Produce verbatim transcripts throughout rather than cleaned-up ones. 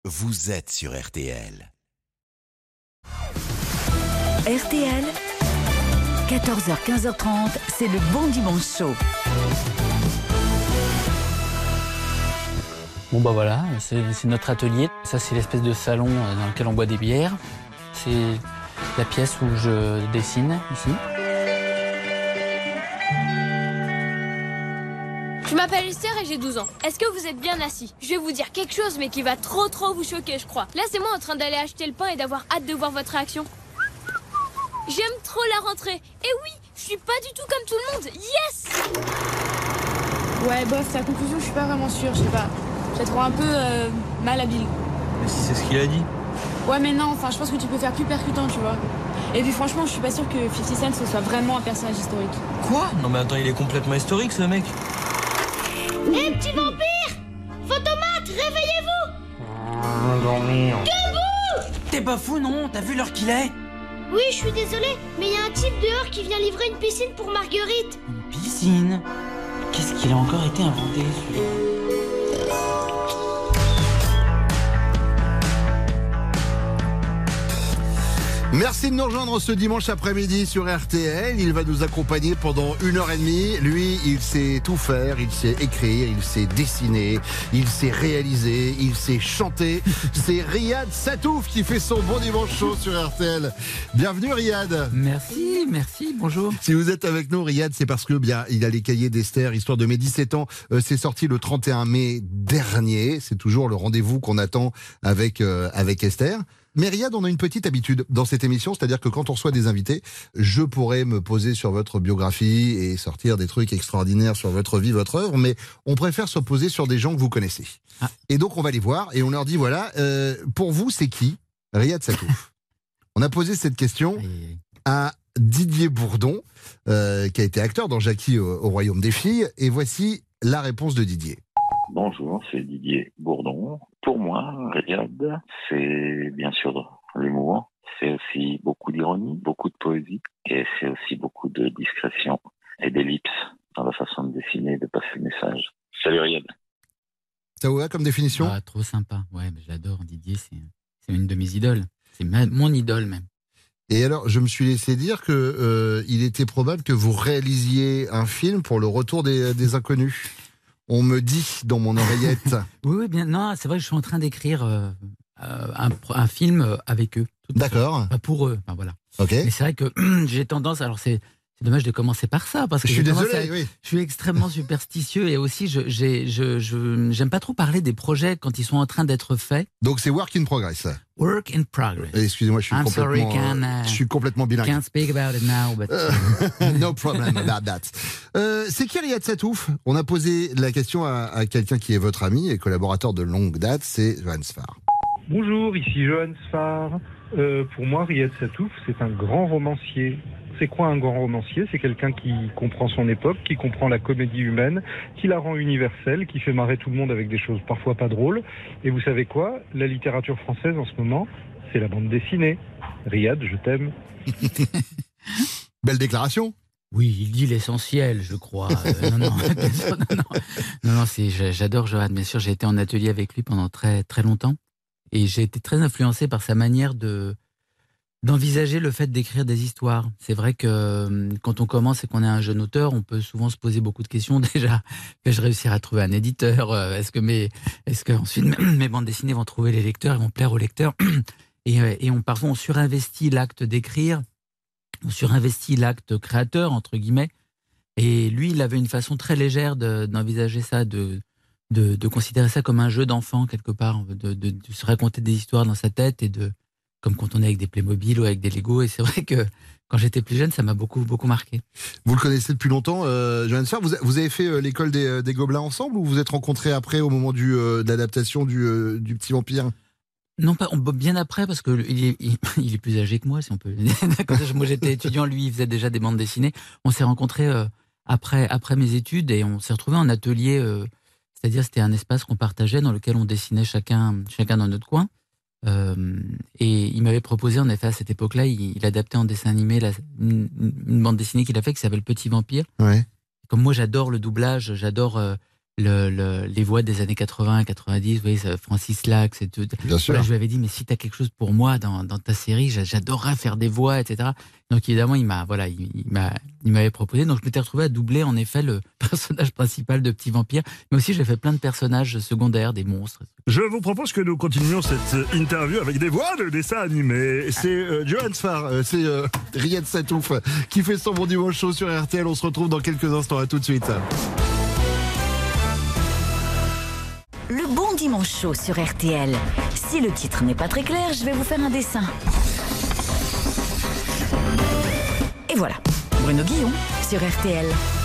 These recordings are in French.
vous êtes sur R T L. R T L, quatorze heures quinze heures trente, c'est le Bon Dimanche Show. Bon bah voilà, c'est, c'est notre atelier. Ça c'est l'espèce de salon dans lequel on boit des bières. C'est la pièce où je dessine, ici. Je m'appelle Esther et j'ai douze ans. Est-ce que vous êtes bien assis? Je vais vous dire quelque chose mais qui va trop trop vous choquer, je crois. Là c'est moi en train d'aller acheter le pain et d'avoir hâte de voir votre réaction. J'aime trop la rentrée. Et oui, je suis pas du tout comme tout le monde. Yes! Ouais, bof, ta conclusion, je suis pas vraiment sûre, je sais pas. Je la trouve un peu euh, malhabile. Mais si c'est ce qu'il a dit. Ouais, mais non, enfin, je pense que tu peux faire plus percutant, tu vois. Et puis franchement, je suis pas sûre que cinquante Cent ce soit vraiment un personnage historique. Quoi? Non mais attends, il est complètement historique ce mec. Hé, petit vampire! Photomate, réveillez-vous! Dormir. Debout! T'es pas fou, non? T'as vu l'heure qu'il est? Oui, je suis désolée, mais il y a un type dehors qui vient livrer une piscine pour Marguerite. Une piscine? Qu'est-ce qu'il a encore été inventé, celui-là? Merci de nous rejoindre ce dimanche après-midi sur R T L. Il va nous accompagner pendant une heure et demie. Lui, il sait tout faire. Il sait écrire, il sait dessiner, il sait réaliser, il sait chanter. C'est Riyad Satouf qui fait son Bon Dimanche Show sur R T L. Bienvenue Riyad. Merci, merci, bonjour. Si vous êtes avec nous, Riyad, c'est parce que bien, il a les cahiers d'Esther, histoire de mes dix-sept ans. Euh, c'est sorti le trente et un mai dernier. C'est toujours le rendez-vous qu'on attend avec euh, avec Esther. Mais Riyad, on a une petite habitude dans cette émission, c'est-à-dire que quand on reçoit des invités, je pourrais me poser sur votre biographie et sortir des trucs extraordinaires sur votre vie, votre œuvre, mais on préfère se poser sur des gens que vous connaissez. Ah. Et donc on va les voir et on leur dit, voilà, euh, pour vous, c'est qui Riyad Satouf? On a posé cette question à Didier Bourdon, euh, qui a été acteur dans Jackie au, au Royaume des Filles, et voici la réponse de Didier. Bonjour, c'est Didier Bourdon. Pour moi, Riyad, c'est bien sûr l'humour, c'est aussi beaucoup d'ironie, beaucoup de poésie, et c'est aussi beaucoup de discrétion et d'ellipse dans la façon de dessiner et de passer le message. Salut Riyad. Ça vous va comme définition? Ah, trop sympa, ouais, mais j'adore Didier, c'est, c'est une de mes idoles, c'est ma, mon idole même. Et alors, je me suis laissé dire que euh, il était probable que vous réalisiez un film pour le retour des, des inconnus. On me dit dans mon oreillette. oui, oui, bien. Non, c'est vrai que je suis en train d'écrire euh, un, un film avec eux. D'accord. Pas pour eux. Enfin, voilà. Ok. Mais c'est vrai que j'ai tendance. Alors c'est, c'est dommage de commencer par ça parce que je suis désolé. À, oui. Je suis extrêmement superstitieux et aussi je, j'ai, je, je, j'aime pas trop parler des projets quand ils sont en train d'être faits. Donc c'est work in progress. Work in progress. Excusez-moi, je suis I'm complètement, sorry, can, uh, je suis complètement bilingue. Can't speak about it now, but no problem about that. Euh, c'est qui Riyad Satouf? On a posé la question à, à quelqu'un qui est votre ami et collaborateur de longue date, c'est Johan Sfar. Bonjour, ici Johan Sfar. Euh, pour moi, Riyad Satouf, c'est un grand romancier. C'est quoi un grand romancier? C'est quelqu'un qui comprend son époque, qui comprend la comédie humaine, qui la rend universelle, qui fait marrer tout le monde avec des choses parfois pas drôles. Et vous savez quoi? La littérature française en ce moment, c'est la bande dessinée. Riyad, je t'aime. Belle déclaration. Oui, il dit l'essentiel, je crois. Euh, non, non, non, non, non, non c'est, j'adore Johan, bien sûr. J'ai été en atelier avec lui pendant très, très longtemps. Et j'ai été très influencé par sa manière de... d'envisager le fait d'écrire des histoires. C'est vrai que quand on commence et qu'on est un jeune auteur, on peut souvent se poser beaucoup de questions. Déjà, vais-je réussir à trouver un éditeur? Est-ce que mes, est-ce que ensuite mes bandes dessinées vont trouver les lecteurs, ils vont plaire aux lecteurs? Et, et on, parfois, on surinvestit l'acte d'écrire, on surinvestit l'acte créateur, entre guillemets. Et lui, il avait une façon très légère de, d'envisager ça, de, de, de considérer ça comme un jeu d'enfant, quelque part, de, de, de se raconter des histoires dans sa tête et de... comme quand on est avec des Playmobil ou avec des Lego. Et c'est vrai que quand j'étais plus jeune, ça m'a beaucoup, beaucoup marqué. Vous le connaissez depuis longtemps, euh, Johan Sfar. Vous, vous avez fait euh, l'école des, des Gobelins ensemble ou vous vous êtes rencontrés après au moment du, euh, de l'adaptation du, euh, du Petit Vampire? Non, pas, on, bien après, parce que il est, il, il est plus âgé que moi, si on peut. Moi, j'étais étudiant, lui, il faisait déjà des bandes dessinées. On s'est rencontrés euh, après, après mes études et on s'est retrouvés en atelier. Euh, c'est-à-dire, c'était un espace qu'on partageait dans lequel on dessinait chacun, chacun dans notre coin. Euh, et il m'avait proposé, en effet, à cette époque-là, il, il adaptait en dessin animé la, une, une bande dessinée qu'il a fait qui s'appelle Petit Vampire. Ouais. Comme moi, j'adore le doublage, j'adore euh, le, le, les voix des années quatre-vingts, quatre-vingt-dix, vous voyez, Francis Lax et tout. Bien sûr. Voilà, je lui avais dit, mais si tu as quelque chose pour moi dans, dans ta série, j'adorerais faire des voix, et cetera. Donc évidemment, il m'a, voilà, il, il m'a, il m'avait proposé. Donc je m'étais retrouvé à doubler en effet le personnage principal de Petit Vampire, mais aussi j'ai fait plein de personnages secondaires, des monstres. Je vous propose que nous continuions cette interview avec des voix de dessins animés. C'est euh, Johan Sfar, euh, c'est euh, Riyad Satouf qui fait son Bon Dimanche Show sur R T L. On se retrouve dans quelques instants. À tout de suite. Le Bon Dimanche Show sur R T L. Si le titre n'est pas très clair, je vais vous faire un dessin. Et voilà, Bruno Guillon sur R T L.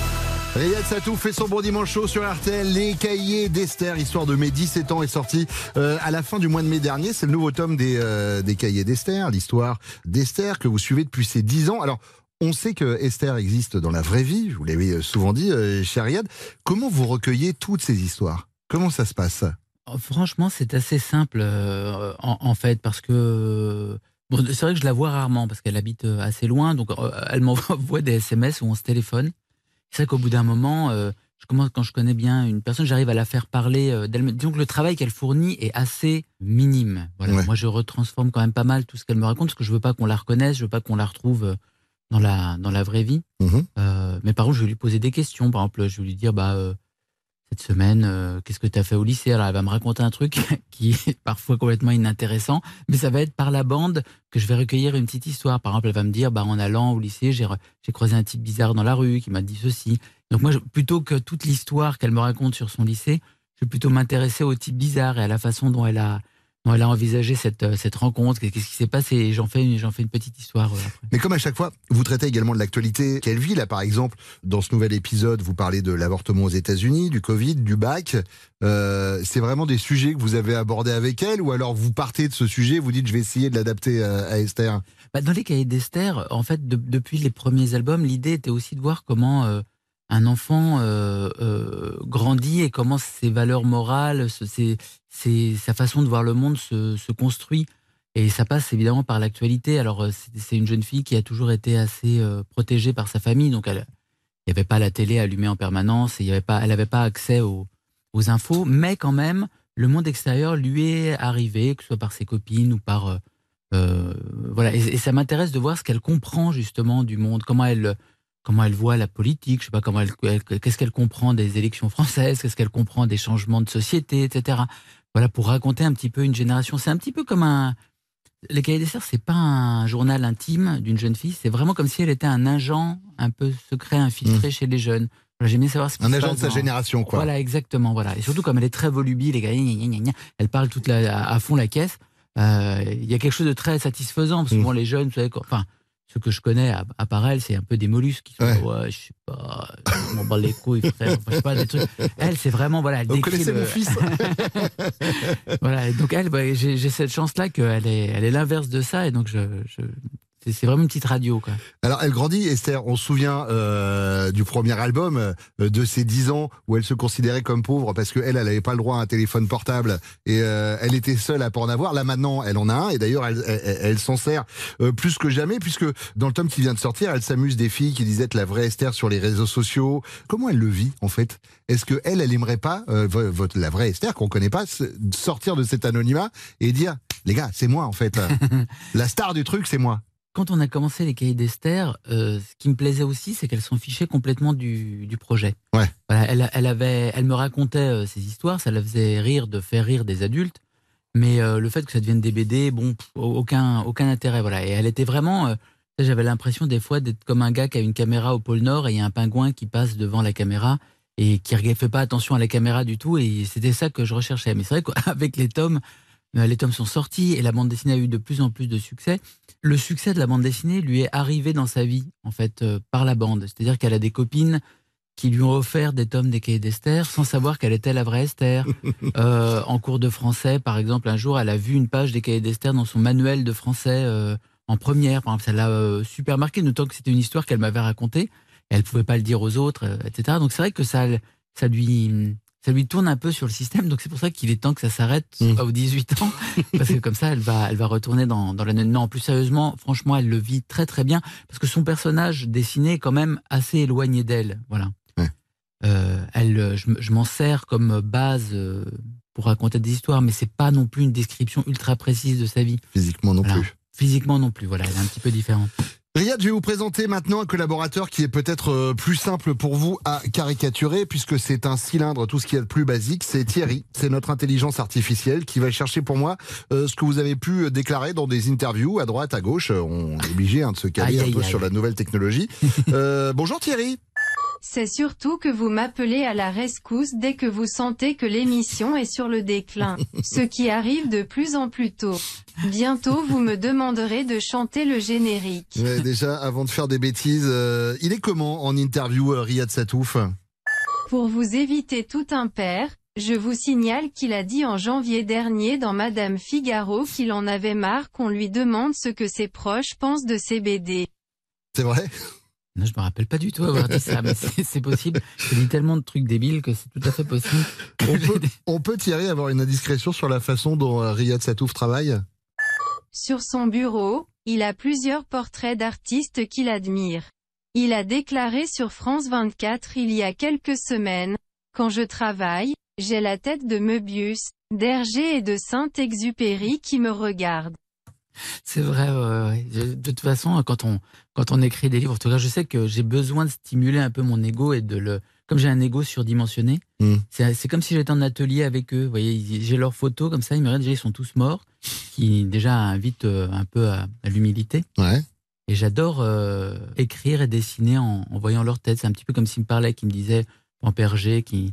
Riyad Satouf fait son Bon Dimanche Show sur R T L. Les Cahiers d'Esther, histoire de mes dix-sept ans, est sorti euh, à la fin du mois de mai dernier. C'est le nouveau tome des, euh, des Cahiers d'Esther, l'histoire d'Esther que vous suivez depuis ces dix ans. Alors, on sait que Esther existe dans la vraie vie, je vous l'avais souvent dit, euh, cher Riyad. Comment vous recueillez toutes ces histoires ? Comment ça se passe ? Franchement, c'est assez simple euh, en, en fait, parce que bon, c'est vrai que je la vois rarement parce qu'elle habite assez loin, donc euh, elle m'envoie des S M S où on se téléphone. C'est vrai qu'au bout d'un moment, euh, je commence, quand je connais bien une personne, j'arrive à la faire parler euh, d'elle. Disons que le travail qu'elle fournit est assez minime. Voilà. Ouais. Moi, je retransforme quand même pas mal tout ce qu'elle me raconte parce que je veux pas qu'on la reconnaisse, je veux pas qu'on la retrouve dans la dans la vraie vie. Mmh. Euh, mais par contre, je vais lui poser des questions. Par exemple, je vais lui dire, bah euh, cette semaine, euh, qu'est-ce que tu as fait au lycée ? Alors, elle va me raconter un truc qui est parfois complètement inintéressant, mais ça va être par la bande que je vais recueillir une petite histoire. Par exemple, elle va me dire, bah, en allant au lycée, j'ai, j'ai croisé un type bizarre dans la rue qui m'a dit ceci. Donc moi, je, plutôt que toute l'histoire qu'elle me raconte sur son lycée, je vais plutôt m'intéresser au type bizarre et à la façon dont elle a, dont elle a envisagé cette, cette rencontre, qu'est-ce qui s'est passé, et j'en fais une, j'en fais une petite histoire. Euh, après. Mais comme à chaque fois, vous traitez également de l'actualité qu'elle vit. Là, par exemple, dans ce nouvel épisode, vous parlez de l'avortement aux États-Unis, du Covid, du bac. Euh, c'est vraiment des sujets que vous avez abordés avec elle, ou alors vous partez de ce sujet, vous dites je vais essayer de l'adapter à, à Esther. Bah, dans les Cahiers d'Esther, en fait, de, depuis les premiers albums, l'idée était aussi de voir comment euh, un enfant euh, euh, grandit et comment ses valeurs morales, ses, ses, sa façon de voir le monde se, se construit. Et ça passe évidemment par l'actualité. Alors, c'est, c'est une jeune fille qui a toujours été assez euh, protégée par sa famille. Donc, il n'y avait pas la télé allumée en permanence. Et y avait pas, elle n'avait pas accès aux, aux infos. Mais quand même, le monde extérieur lui est arrivé, que ce soit par ses copines ou par... Euh, euh, voilà. Et, et ça m'intéresse de voir ce qu'elle comprend justement du monde. Comment elle... comment elle voit la politique, je sais pas comment elle, elle qu'est-ce qu'elle comprend des élections françaises, qu'est-ce qu'elle comprend des changements de société, et cetera. Voilà, pour raconter un petit peu une génération. C'est un petit peu comme un... Les Cahiers d'Esther, c'est pas un journal intime d'une jeune fille, c'est vraiment comme si elle était un agent un peu secret, infiltré mmh. chez les jeunes. Voilà, j'aime bien savoir ce qui un se agent passe de sa dans... génération, quoi. Voilà, exactement. Voilà. Et surtout, comme elle est très volubile, et gna, gna, gna, gna, elle parle toute la, à fond la caisse, il euh, y a quelque chose de très satisfaisant, parce que souvent mmh. les jeunes, vous savez, enfin... Ce que je connais, à, à part elle, c'est un peu des mollusques qui sont, ouais, ouais je sais pas, je m'en bats les couilles, frère, enfin, je sais pas, des trucs. Elle, c'est vraiment, voilà, elle Vous connaissez le... mon fils. Voilà, donc elle, bah, j'ai, j'ai cette chance-là qu'elle est, elle est l'inverse de ça, et donc je, je... C'est, c'est vraiment une petite radio, quoi. Alors, elle grandit, Esther. On se souvient euh, du premier album, euh, de ses dix ans, où elle se considérait comme pauvre parce qu'elle, elle n'avait pas le droit à un téléphone portable et euh, elle était seule à pas en avoir. Là, maintenant, elle en a un et d'ailleurs, elle, elle, elle s'en sert euh, plus que jamais puisque dans le tome qui vient de sortir, elle s'amuse des filles qui disaient être la vraie Esther sur les réseaux sociaux. Comment elle le vit, en fait ? Est-ce que elle, elle aimerait pas, euh, votre, la vraie Esther qu'on connaît pas, sortir de cet anonymat et dire, les gars, c'est moi, en fait. La star du truc, c'est moi. Quand on a commencé les Cahiers d'Esther, euh, ce qui me plaisait aussi, c'est qu'elle s'en fichait complètement du, du projet. Ouais. Voilà, elle, elle, avait, elle me racontait euh, ses histoires, ça la faisait rire de faire rire des adultes, mais euh, le fait que ça devienne des B D, bon, pff, aucun, aucun intérêt. Voilà. Et elle était vraiment... Euh, j'avais l'impression des fois d'être comme un gars qui a une caméra au pôle Nord et il y a un pingouin qui passe devant la caméra et qui ne fait pas attention à la caméra du tout. Et c'était ça que je recherchais. Mais c'est vrai qu'avec les tomes, les tomes sont sortis et la bande dessinée a eu de plus en plus de succès. Le succès de la bande dessinée lui est arrivé dans sa vie, en fait, euh, par la bande. C'est-à-dire qu'elle a des copines qui lui ont offert des tomes des Cahiers d'Esther sans savoir qu'elle était la vraie Esther. Euh, en cours de français, par exemple, un jour, elle a vu une page des Cahiers d'Esther dans son manuel de français euh, en première. Par exemple, ça l'a euh, super marqué, d'autant que c'était une histoire qu'elle m'avait racontée. Elle ne pouvait pas le dire aux autres, euh, et cetera. Donc c'est vrai que ça, ça lui... ça lui tourne un peu sur le système, donc c'est pour ça qu'il est temps que ça s'arrête mmh. aux dix-huit ans, parce que comme ça, elle va, elle va retourner dans, dans la... Non, plus sérieusement, franchement, elle le vit très très bien, parce que son personnage dessiné est quand même assez éloigné d'elle, voilà. Ouais. Euh, elle, je, je m'en sers comme base euh, pour raconter des histoires, mais c'est pas non plus une description ultra précise de sa vie. Physiquement non voilà. plus. Physiquement non plus, voilà, elle est un petit peu différente. Riyad, je vais vous présenter maintenant un collaborateur qui est peut-être plus simple pour vous à caricaturer, puisque c'est un cylindre, tout ce qui est le plus basique, c'est Thierry, c'est notre intelligence artificielle qui va chercher pour moi euh, ce que vous avez pu déclarer dans des interviews à droite, à gauche. On est obligé hein, de se caler aïe, un peu aïe, sur aïe. la nouvelle technologie. euh, bonjour Thierry. C'est surtout que vous m'appelez à la rescousse dès que vous sentez que l'émission est sur le déclin, ce qui arrive de plus en plus tôt. Bientôt, vous me demanderez de chanter le générique. Ouais, déjà, avant de faire des bêtises, euh, il est comment en interview, euh, Riyad Sattouf ? Pour vous éviter tout impair, je vous signale qu'il a dit en janvier dernier dans Madame Figaro qu'il en avait marre qu'on lui demande ce que ses proches pensent de ses B D. C'est vrai ? Non, je me rappelle pas du tout avoir dit ça, mais c'est possible. J'ai dit tellement de trucs débiles que c'est tout à fait possible. On peut, on peut, Thierry, avoir une indiscrétion sur la façon dont euh, Riyad Sattouf travaille ? Sur son bureau, il a plusieurs portraits d'artistes qu'il admire. Il a déclaré sur France vingt-quatre il y a quelques semaines « Quand je travaille, j'ai la tête de Möbius, d'Hergé et de Saint-Exupéry qui me regardent. » C'est vrai, ouais, ouais. De toute façon, quand on, quand on écrit des livres, en tout cas, je sais que j'ai besoin de stimuler un peu mon ego et de le... Comme j'ai un ego surdimensionné, mmh. c'est comme si j'étais en atelier avec eux. Vous voyez, j'ai leurs photos comme ça, ils me regardent, déjà, ils sont tous morts, qui déjà invitent un peu à, à l'humilité. Ouais. Et j'adore euh, écrire et dessiner en, en voyant leur tête. C'est un petit peu comme s'ils me parlaient, qui me disaient, Pamperger, qui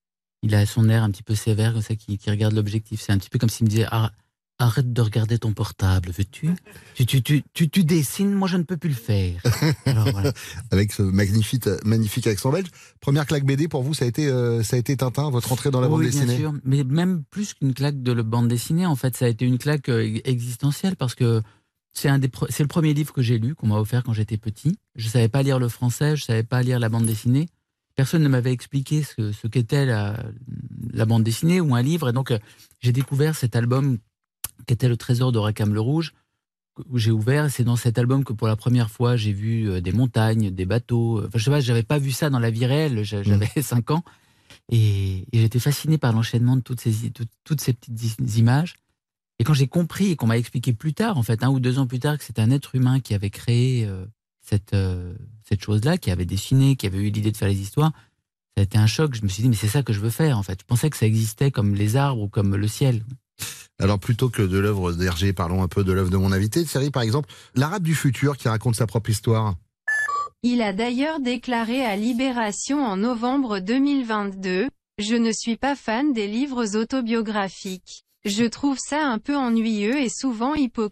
il a son air un petit peu sévère, comme ça, qui, qui regarde l'objectif. C'est un petit peu comme s'il me disait, ah, arrête de regarder ton portable, veux-tu tu, tu, tu, tu, tu dessines, moi je ne peux plus le faire. Alors, voilà. Avec ce magnifique, magnifique accent belge. Première claque B D pour vous, ça a été, euh, ça a été Tintin, votre entrée dans la oui, bande dessinée ? Bien sûr, mais même plus qu'une claque de la bande dessinée, en fait, ça a été une claque euh, existentielle parce que c'est un des c'est le premier livre que j'ai lu, qu'on m'a offert quand j'étais petit. Je ne savais pas lire le français, je ne savais pas lire la bande dessinée. Personne ne m'avait expliqué ce, ce qu'était la, la bande dessinée ou un livre. Et donc, euh, j'ai découvert cet album qui était Le Trésor de Rackham le Rouge, où j'ai ouvert. C'est dans cet album que pour la première fois, j'ai vu des montagnes, des bateaux. Enfin, je sais pas, j'avais pas vu ça dans la vie réelle, j'avais mmh. cinq ans. Et, et j'étais fasciné par l'enchaînement de toutes ces, toutes, toutes ces petites images. Et quand j'ai compris et qu'on m'a expliqué plus tard, en fait, un ou deux ans plus tard, que c'était un être humain qui avait créé euh, cette, euh, cette chose-là, qui avait dessiné, qui avait eu l'idée de faire les histoires, ça a été un choc. Je me suis dit, mais c'est ça que je veux faire, en fait. Je pensais que ça existait comme les arbres ou comme le ciel. Alors plutôt que de l'œuvre d'Hergé, parlons un peu de l'œuvre de mon invité, Thierry, par exemple, l'Arabe du futur qui raconte sa propre histoire. Il a d'ailleurs déclaré à Libération en novembre deux mille vingt-deux « Je ne suis pas fan des livres autobiographiques. Je trouve ça un peu ennuyeux et souvent hypocrite. »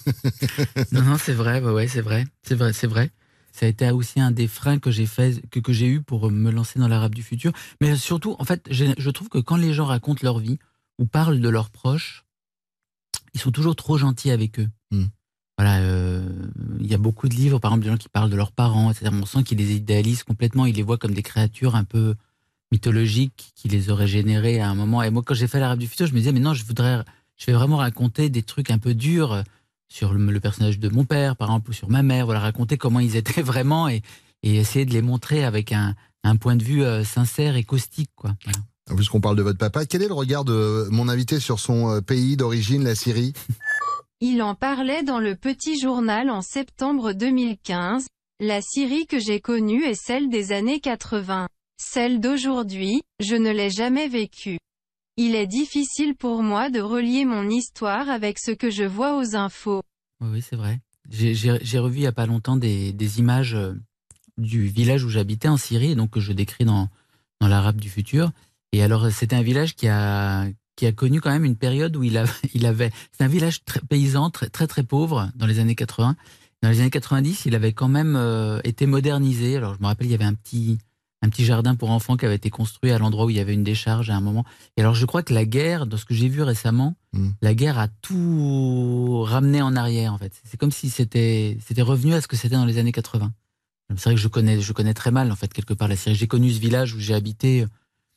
Non, non, c'est vrai, ouais, ouais, c'est vrai, c'est vrai, c'est vrai. Ça a été aussi un des freins que j'ai fait, que, que j'ai eu pour me lancer dans l'Arabe du futur. Mais surtout, en fait, je trouve que quand les gens racontent leur vie, ou parlent de leurs proches, ils sont toujours trop gentils avec eux. Mmh. Voilà, euh, il y a beaucoup de livres, par exemple, de gens qui parlent de leurs parents, et cetera. On sent qu'ils les idéalisent complètement, ils les voient comme des créatures un peu mythologiques qui les auraient générées à un moment. Et moi, quand j'ai fait l'Arabe du futur, je me disais, mais non, je voudrais, je vais vraiment raconter des trucs un peu durs sur le, le personnage de mon père, par exemple, ou sur ma mère. Voilà, raconter comment ils étaient vraiment et, et essayer de les montrer avec un, un point de vue euh, sincère et caustique, quoi. Voilà. Puisqu'on parle de votre papa, quel est le regard de mon invité sur son pays d'origine, la Syrie ? Il en parlait dans le Petit Journal en septembre deux mille quinze. La Syrie que j'ai connue est celle des années quatre-vingts. Celle d'aujourd'hui, je ne l'ai jamais vécue. Il est difficile pour moi de relier mon histoire avec ce que je vois aux infos. Oui, c'est vrai. J'ai revu il n'y a pas longtemps des, des images du village où j'habitais en Syrie, et donc que je décris dans, dans l'Arabe du futur. Et alors, c'était un village qui a, qui a connu quand même une période où il, a, il avait... C'est un village très paysan, très, très très pauvre, dans les années quatre-vingts. Dans les années quatre-vingt-dix, il avait quand même euh, été modernisé. Alors, je me rappelle, il y avait un petit, un petit jardin pour enfants qui avait été construit à l'endroit où il y avait une décharge à un moment. Et alors, je crois que la guerre, dans ce que j'ai vu récemment, mmh. la guerre a tout ramené en arrière, en fait. C'est comme si c'était revenu à ce que c'était dans les années quatre-vingts. C'est vrai que je connais, je connais très mal, en fait, quelque part, la Syrie. J'ai connu ce village où j'ai habité...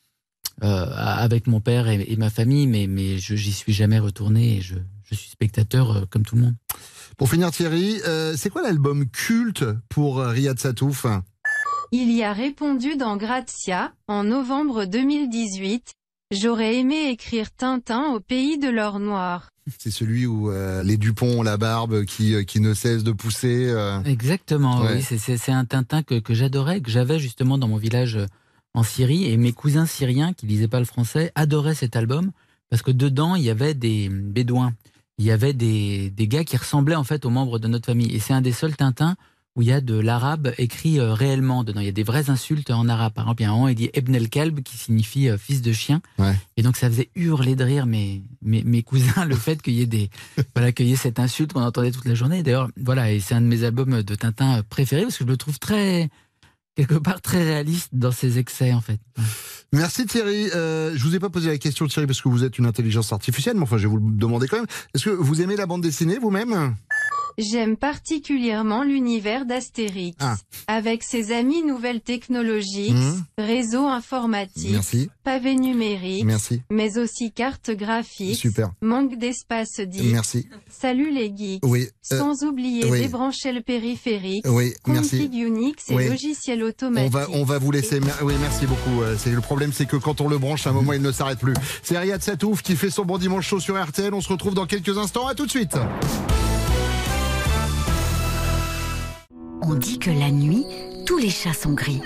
Euh, avec mon père et, et ma famille, mais, mais je j'y suis jamais retourné et je, je suis spectateur euh, comme tout le monde. Pour finir, Thierry, euh, c'est quoi l'album culte pour Riyad Sattouf ? Il y a répondu dans Grazia, en novembre deux mille dix-huit. J'aurais aimé écrire Tintin au pays de l'or noir. C'est celui où euh, les Dupont ont la barbe qui, euh, qui ne cesse de pousser. Euh... Exactement, Ouais. oui. C'est, c'est, c'est un Tintin que, que j'adorais, que j'avais justement dans mon village en Syrie. Et mes cousins syriens, qui lisaient pas le français, adoraient cet album parce que dedans, il y avait des bédouins. Il y avait des, des gars qui ressemblaient en fait aux membres de notre famille. Et c'est un des seuls Tintins où il y a de l'arabe écrit euh, réellement dedans. Il y a des vraies insultes en arabe. Par exemple, il y a un moment, il dit Ebn el-Kalb, qui signifie euh, fils de chien. Ouais. Et donc, ça faisait hurler de rire mes, mes, mes cousins, le fait qu'il y ait des, voilà, qu'il y ait cette insulte qu'on entendait toute la journée. D'ailleurs, voilà, et c'est un de mes albums de Tintin préférés parce que je le trouve très, quelque part, très réaliste dans ses excès, en fait. Merci Thierry. Euh, je vous ai pas posé la question Thierry parce que vous êtes une intelligence artificielle, mais enfin je vais vous le demander quand même. Est-ce que vous aimez la bande dessinée vous-même ? J'aime particulièrement l'univers d'Astérix. Ah. Avec ses amis nouvelles technologiques, Mmh. réseau informatique, Merci. pavé numérique, Merci. mais aussi carte graphique, Super. manque d'espace dit. Merci. Salut les geeks. Oui. euh, Sans oublier oui. débrancher le périphérique, Oui, merci. config Unix et Oui. logiciel On automatique. va, on va vous laisser. Mer- Oui, merci beaucoup. Euh, C'est le problème, c'est que quand on le branche, à un moment, il ne s'arrête plus. C'est Riyad Satouf qui fait son bon dimanche chaud sur R T L. On se retrouve dans quelques instants. À tout de suite. On dit que la nuit, tous les chats sont gris.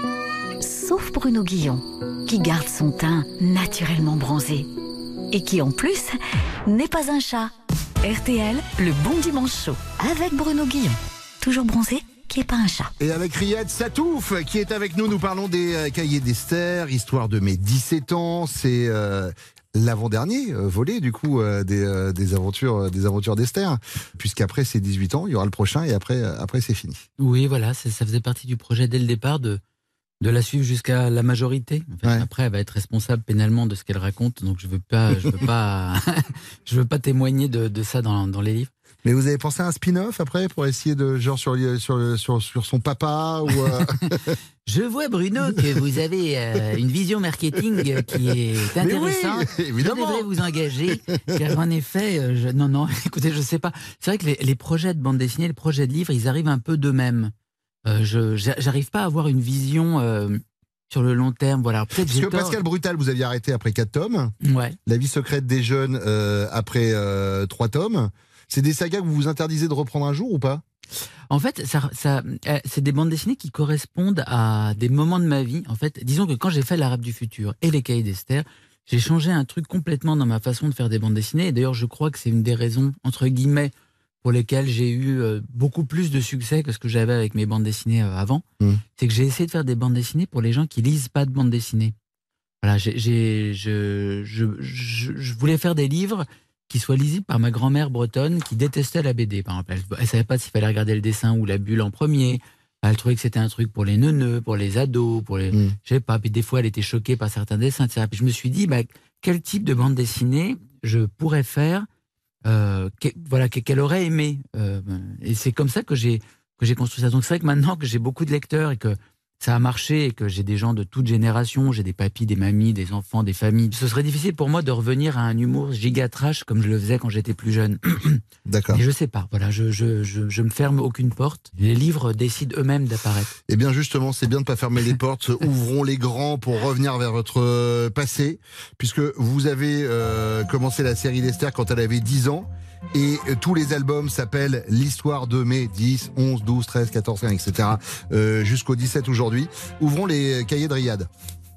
Sauf Bruno Guillon, qui garde son teint naturellement bronzé. Et qui, en plus, n'est pas un chat. R T L, le bon dimanche chaud, avec Bruno Guillon. Toujours bronzé, qui n'est pas un chat. Et avec Riyad Satouf qui est avec nous, nous parlons des euh, cahiers d'Esther, histoire de mes dix-sept ans. C'est euh, l'avant-dernier euh, volet du coup euh, des, euh, des aventures euh, des aventures d'Esther, puisqu'après c'est dix-huit ans, il y aura le prochain et après euh, après c'est fini. Oui, voilà, c'est- ça faisait partie du projet dès le départ de, de la suivre jusqu'à la majorité. En fait, Ouais. Après, elle va être responsable pénalement de ce qu'elle raconte, donc je veux pas, je veux pas, je veux pas témoigner de, de ça dans, dans les livres. Mais vous avez pensé à un spin-off après pour essayer de genre sur sur sur, sur son papa ou euh... Je vois, Bruno, que vous avez euh, une vision marketing qui est intéressante. Mais oui, évidemment. Je devrais vous engager, car en effet, euh, je... non, non, écoutez, je sais pas. C'est vrai que les, les projets de bande dessinée, les projets de livres, ils arrivent un peu d'eux-mêmes. Euh, je j'a- j'arrive pas à avoir une vision euh, sur le long terme. Voilà, alors, peut-être Parce j'ai que tort. Pascal Brutal, vous aviez arrêté après quatre tomes. Ouais. La vie secrète des jeunes euh, après euh, trois tomes. C'est des sagas que vous vous interdisez de reprendre un jour ou pas ? En fait, ça, ça, euh, c'est des bandes dessinées qui correspondent à des moments de ma vie. En fait, disons que quand j'ai fait l'Arabe du futur et les Cahiers d'Esther, j'ai changé un truc complètement dans ma façon de faire des bandes dessinées. Et d'ailleurs, je crois que c'est une des raisons, entre guillemets, pour lesquelles j'ai eu euh, beaucoup plus de succès que ce que j'avais avec mes bandes dessinées euh, avant. Mmh. C'est que j'ai essayé de faire des bandes dessinées pour les gens qui lisent pas de bandes dessinées. Voilà, j'ai, j'ai, je, je, je, je voulais faire des livres qui soient lisibles par ma grand-mère bretonne qui détestait la B D, par exemple. Elle, elle savait pas s'il fallait regarder le dessin ou la bulle en premier. Elle trouvait que c'était un truc pour les neuneux, pour les ados, pour les, Mm. je sais pas. Puis des fois, elle était choquée par certains dessins, et cetera. Puis je me suis dit, bah, quel type de bande dessinée je pourrais faire, euh, que- voilà, que- qu'elle aurait aimé. Euh, et c'est comme ça que j'ai que j'ai construit ça. Donc c'est vrai que maintenant que j'ai beaucoup de lecteurs et que ça a marché et que j'ai des gens de toute génération, j'ai des papis, des mamies, des enfants, des familles. Ce serait difficile pour moi de revenir à un humour giga trash comme je le faisais quand j'étais plus jeune. D'accord. Et je sais pas, voilà, je, je, je, je me ferme aucune porte. Les livres décident eux-mêmes d'apparaître. Eh bien justement, c'est bien de ne pas fermer les portes. Ouvrons les grands pour revenir vers votre euh, passé, puisque vous avez euh, commencé la série d'Esther quand elle avait dix ans. Et euh, tous les albums s'appellent l'histoire de mes dix, onze, douze, treize, quatorze, quinze, et cetera. Euh, jusqu'au dix-sept aujourd'hui. Ouvrons les cahiers de Riyad.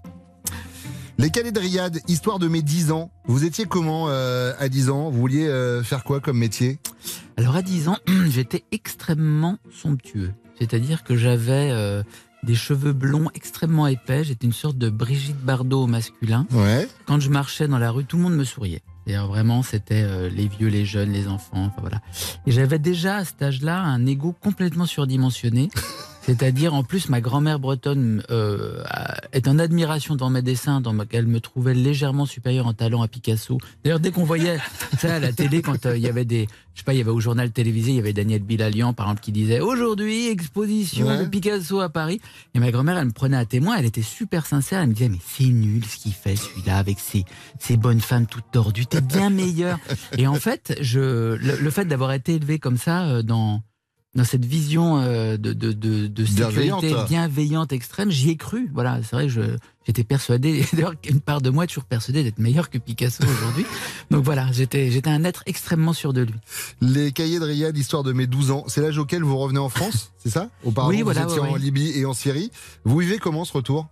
Les cahiers de Riyad, histoire de mes dix ans. Vous étiez comment euh, à dix ans ? Vous vouliez euh, faire quoi comme métier ? Alors à dix ans, j'étais extrêmement somptueux. C'est-à-dire que j'avais euh, des cheveux blonds extrêmement épais. J'étais une sorte de Brigitte Bardot au masculin. Ouais. Quand je marchais dans la rue, tout le monde me souriait. D'ailleurs, vraiment, c'était euh, les vieux, les jeunes, les enfants, enfin voilà. Et j'avais déjà à cet âge-là un ego complètement surdimensionné. C'est-à-dire, en plus, ma grand-mère bretonne euh, est en admiration dans mes dessins, dans ma... elle me trouvait légèrement supérieure en talent à Picasso. D'ailleurs, dès qu'on voyait ça à la télé, quand euh, il y avait des, je sais pas, il y avait au journal télévisé, il y avait Daniel Bilalian, par exemple, qui disait aujourd'hui exposition Ouais. de Picasso à Paris. Et ma grand-mère, elle me prenait à témoin, elle était super sincère, elle me disait mais c'est nul ce qu'il fait celui-là avec ses, ses bonnes femmes toutes tordues, t'es bien meilleur. Et en fait, je, le, le fait d'avoir été élevé comme ça euh, dans dans cette vision euh, de, de, de, de sécurité Bienveillante. bienveillante extrême, j'y ai cru. Voilà, c'est vrai que je, j'étais persuadé, d'ailleurs une part de moi est toujours persuadée d'être meilleur que Picasso aujourd'hui. Donc voilà, j'étais, j'étais un être extrêmement sûr de lui. Les cahiers de Riyad, histoire de mes douze ans, c'est l'âge auquel vous revenez en France, c'est ça? Auparavant, Oui, voilà, vous étiez ouais, en ouais. Libye et en Syrie. Vous vivez comment ce retour?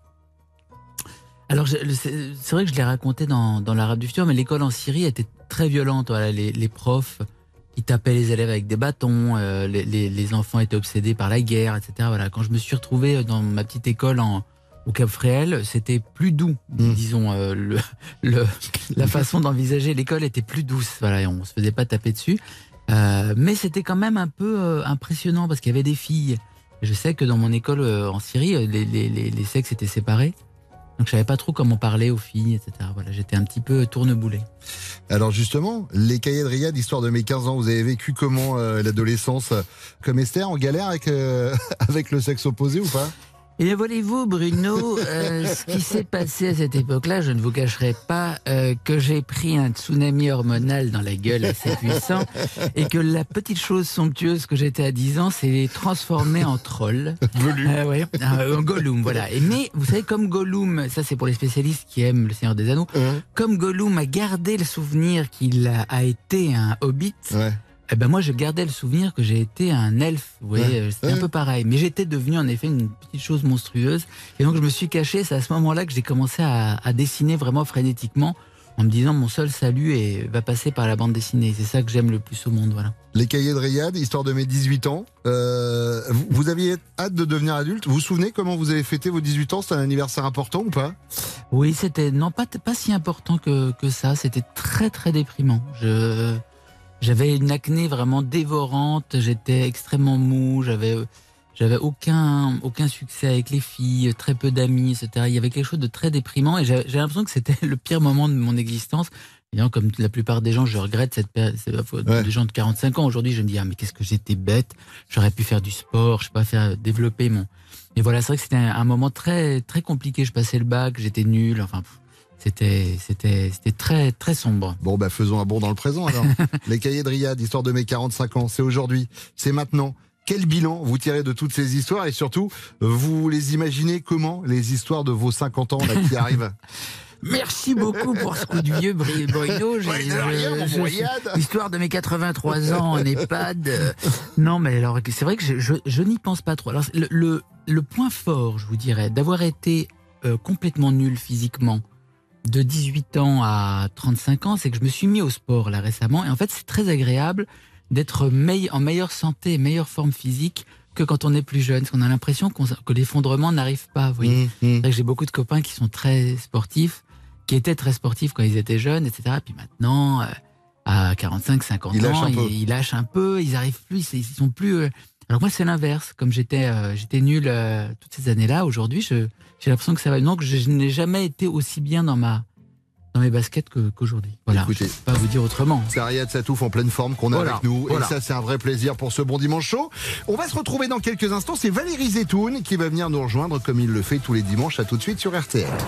Alors je- c'est, c'est vrai que je l'ai raconté dans, dans l'Arabe du futur, mais l'école en Syrie était très violente. Voilà, les, les profs qui tapaient les élèves avec des bâtons, euh, les, les, les enfants étaient obsédés par la guerre, et cetera. Voilà, quand je me suis retrouvé dans ma petite école en, au Cap Fréhel, c'était plus doux, Mmh. disons. euh, le, le, la façon d'envisager l'école était plus douce. Voilà, et on se faisait pas taper dessus. Euh, mais c'était quand même un peu euh, impressionnant parce qu'il y avait des filles. Je sais que dans mon école euh, en Syrie, euh, les, les, les, les sexes étaient séparés. Donc je savais pas trop comment parler aux filles, et cetera. Voilà, j'étais un petit peu tourneboulet. Alors justement, les cahiers de Riyad, histoire de mes quinze ans, vous avez vécu comment euh, l'adolescence? Comme Esther, en galère avec, euh, avec le sexe opposé ou pas? Et bien voyez-vous, Bruno, euh, ce qui s'est passé à cette époque-là, je ne vous cacherai pas euh, que j'ai pris un tsunami hormonal dans la gueule assez puissant et que la petite chose somptueuse que j'étais à dix ans s'est transformée en troll. Velu. Euh, ouais, euh, en Gollum, voilà. Et mais, vous savez, comme Gollum, ça c'est pour les spécialistes qui aiment Le Seigneur des Anneaux, Hein? comme Gollum a gardé le souvenir qu'il a, a été un hobbit, Ouais. eh ben moi je gardais le souvenir que j'ai été un elfe. Vous voyez, Ouais. euh, c'était Ouais. un peu pareil. Mais j'étais devenu en effet une petite chose monstrueuse. Et donc je me suis caché. C'est à ce moment-là que j'ai commencé à, à dessiner vraiment frénétiquement, en me disant mon seul salut est, va passer par la bande dessinée. C'est ça que j'aime le plus au monde, voilà. Les cahiers de Riyad, histoire de mes dix-huit ans. Euh, vous, vous aviez hâte de devenir adulte. Vous vous souvenez comment vous avez fêté vos dix-huit ans? C'était un anniversaire important ou pas? Oui, c'était non pas pas si important que que ça. C'était très très déprimant. Je J'avais une acné vraiment dévorante, j'étais extrêmement mou, j'avais j'avais aucun aucun succès avec les filles, très peu d'amis, et cetera. Il y avait quelque chose de très déprimant et j'ai j'ai l'impression que c'était le pire moment de mon existence. Évidemment, comme la plupart des gens, je regrette cette période. Ouais. Des gens de quarante-cinq ans aujourd'hui, je me dis ah mais qu'est-ce que j'étais bête. J'aurais pu faire du sport, je sais pas, faire développer mon. Et voilà, c'est vrai que c'était un, un moment très très compliqué. Je passais le bac, j'étais nul, enfin. Pff. C'était, c'était, c'était très, très sombre. Bon, bah, faisons un bond dans le présent, alors. Les cahiers de Riyad, histoire de mes quarante-cinq ans. C'est aujourd'hui. C'est maintenant. Quel bilan vous tirez de toutes ces histoires et surtout, vous les imaginez comment, les histoires de vos cinquante ans, là, qui arrivent? Merci beaucoup pour ce coup de vieux, Bruno. J'ai- Ouais, de rien, je- mon je- Riyad. Histoire de mes quatre-vingt-trois ans en EHPAD. euh, Non, mais alors, c'est vrai que je, je, je n'y pense pas trop. Alors, le, le, le point fort, je vous dirais, d'avoir été euh, complètement nul physiquement, de dix-huit ans à trente-cinq ans, c'est que je me suis mis au sport là récemment. Et en fait, c'est très agréable d'être meille- en meilleure santé, meilleure forme physique que quand on est plus jeune. Parce qu'on a l'impression qu'on- que l'effondrement n'arrive pas. Vous voyez. Mmh, C'est mmh. vrai que j'ai beaucoup de copains qui sont très sportifs, qui étaient très sportifs quand ils étaient jeunes, et cetera. Puis maintenant, euh, à quarante-cinq, cinquante Ils lâchent ans, un peu. ils, ils lâchent un peu, ils arrivent plus, ils sont plus. euh, Alors moi, c'est l'inverse. Comme j'étais, euh, j'étais nul euh, toutes ces années-là, aujourd'hui, je, j'ai l'impression que ça va. Donc, je, je n'ai jamais été aussi bien dans ma, dans mes baskets que, qu'aujourd'hui. Voilà. Écoutez. Je peux pas vous dire autrement. C'est Riyad Satouf en pleine forme qu'on a Voilà, avec nous. voilà. Et ça, c'est un vrai plaisir pour ce bon dimanche chaud. On va se retrouver dans quelques instants. C'est Valérie Zetoun qui va venir nous rejoindre comme il le fait tous les dimanches. À tout de suite sur R T L.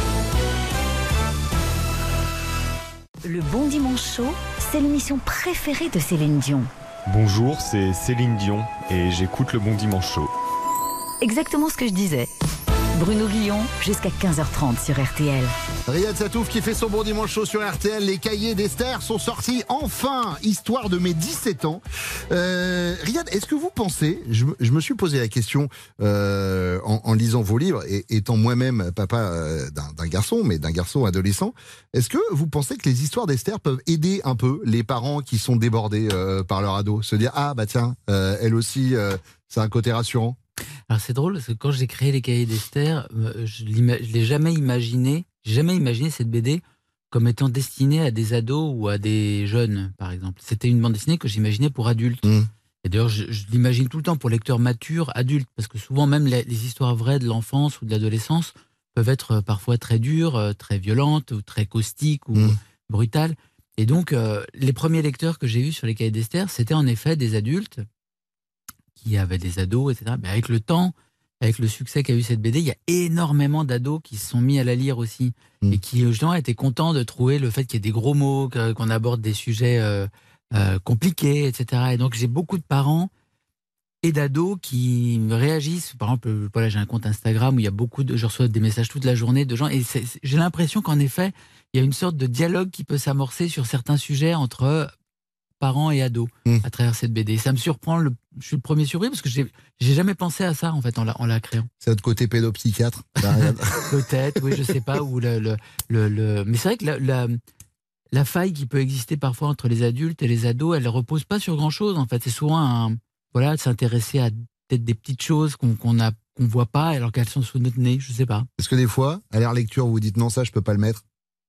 Le Bon Dimanche Show, c'est l'émission préférée de Céline Dion. Bonjour, c'est Céline Dion et j'écoute le Bon Dimanche Show. Exactement ce que je disais. Bruno Guillon, jusqu'à quinze heures trente sur R T L. Riyad Satouf qui fait son bon dimanche chaud sur R T L. Les cahiers d'Esther sont sortis enfin, histoire de mes dix-sept ans. Euh, Riyad, est-ce que vous pensez, je, me- je me suis posé la question euh, en, en lisant vos livres et étant moi-même papa euh, d'un, d'un garçon, mais d'un garçon adolescent, est-ce que vous pensez que les histoires d'Esther peuvent aider un peu les parents qui sont débordés euh, par leur ado, se dire ah bah tiens, euh, elle aussi, euh, c'est un côté rassurant. Alors c'est drôle parce que quand j'ai créé les cahiers d'Esther, euh, je l'ima- je l'ai jamais imaginé, j'ai jamais imaginé cette B D comme étant destinée à des ados ou à des jeunes, par exemple. C'était une bande dessinée que j'imaginais pour adultes. Mmh. Et d'ailleurs, je, je l'imagine tout le temps pour lecteurs matures, adultes, parce que souvent même les, les histoires vraies de l'enfance ou de l'adolescence peuvent être euh, parfois très dures, euh, très violentes ou très caustiques ou Mmh. brutales. Et donc, euh, les premiers lecteurs que j'ai eus sur les cahiers d'Esther, c'était en effet des adultes qui avaient des ados, et cetera. Mais avec le temps, avec le succès qu'a eu cette B D, il y a énormément d'ados qui se sont mis à la lire aussi Mmh. et qui justement étaient contents de trouver le fait qu'il y ait des gros mots, que- qu'on aborde des sujets euh, euh, compliqués, et cetera. Et donc j'ai beaucoup de parents et d'ados qui réagissent. Par exemple, voilà, j'ai un compte Instagram où il y a beaucoup de, je reçois des messages toute la journée de gens, et c'est, c'est, j'ai l'impression qu'en effet, il y a une sorte de dialogue qui peut s'amorcer sur certains sujets entre parents et ados mmh. à travers cette B D. Ça me surprend, le, je suis le premier surpris parce que j'ai, j'ai jamais pensé à ça en fait en la, en la créant. C'est votre côté pédopsychiatre. Peut-être, oui, je sais pas. Ou le, le, le, le... Mais c'est vrai que la, la, la faille qui peut exister parfois entre les adultes et les ados, elle ne repose pas sur grand-chose en fait. C'est souvent un, voilà, de s'intéresser à peut-être des petites choses qu'on qu'on a, qu'on voit pas alors qu'elles sont sous notre nez, je sais pas. Est-ce que des fois, à l'air lecture, vous vous dites non, ça, je peux pas le mettre?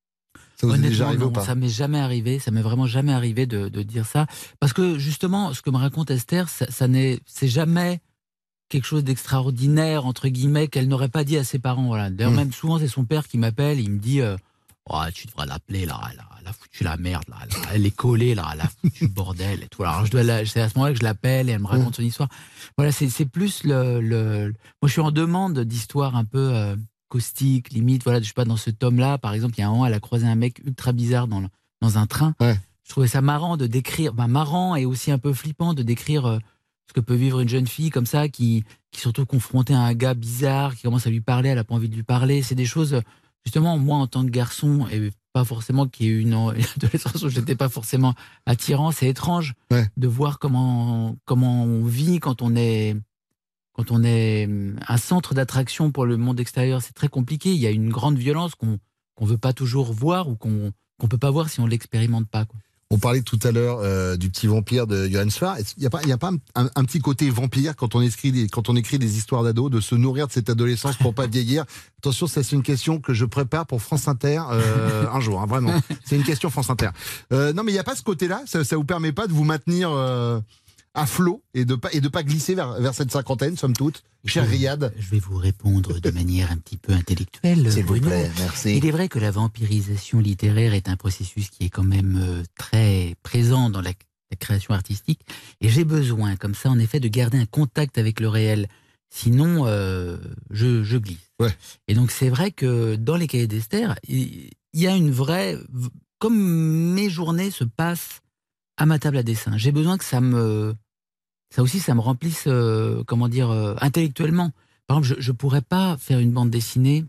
Ça vous est déjà arrivé non, ou pas? Ça m'est jamais arrivé, ça m'est vraiment jamais arrivé de, de dire ça. Parce que justement, ce que me raconte Esther, ça, ça n'est, c'est jamais quelque chose d'extraordinaire, entre guillemets, qu'elle n'aurait pas dit à ses parents. Voilà. D'ailleurs, mmh. même souvent, c'est son père qui m'appelle, il me dit euh, oh, tu devrais l'appeler, là, elle a, elle a foutu la merde, là, elle, a, elle est collée, là, elle a foutu le bordel et tout. Alors, je dois la, c'est à ce moment-là que je l'appelle et elle me raconte mmh. son histoire. Voilà, c'est, c'est plus le, le. Moi, je suis en demande d'histoires un peu. Euh, caustique, limite, voilà, je sais pas, dans ce tome-là, par exemple, il y a un moment, elle a croisé un mec ultra bizarre dans, le, dans un train. Ouais. Je trouvais ça marrant de décrire, ben, marrant et aussi un peu flippant de décrire euh, ce que peut vivre une jeune fille comme ça, qui, qui est surtout confrontée à un gars bizarre, qui commence à lui parler, elle a pas envie de lui parler. C'est des choses, justement, moi, en tant que garçon, et pas forcément qu'il y ait eu une, une adolescence où j'étais pas forcément attirant, c'est étrange ouais. de voir comment, comment on vit quand on est... Quand on est un centre d'attraction pour le monde extérieur, c'est très compliqué. Il y a une grande violence qu'on qu'on veut pas toujours voir ou qu'on qu'on peut pas voir si on l'expérimente pas, quoi. On parlait tout à l'heure euh, du petit vampire de Johann Sfar. Il n'y a pas, il y a pas un, un petit côté vampire quand on écrit des, quand on écrit des histoires d'ados, de se nourrir de cette adolescence pour pas vieillir. Attention, ça c'est une question que je prépare pour France Inter euh, un jour, hein, vraiment. C'est une question France Inter. Euh, non, mais il n'y a pas ce côté-là. Ça, ça vous permet pas de vous maintenir euh, à flot et de pas et de pas glisser vers vers cette cinquantaine, somme toute, cher Riyad. Je vais vous répondre de manière un petit peu intellectuelle. S'il vous plaît, merci. Il est vrai que la vampirisation littéraire est un processus qui est quand même euh, très présent dans la, la création artistique, et j'ai besoin, comme ça, en effet, de garder un contact avec le réel. Sinon, euh, je, je glisse. Ouais. Et donc, c'est vrai que dans les cahiers d'Esther, il y a une vraie, comme mes journées se passent à ma table à dessin. J'ai besoin que ça me Ça aussi, ça me remplisse, euh, comment dire, euh, intellectuellement. Par exemple, je ne pourrais pas faire une bande dessinée,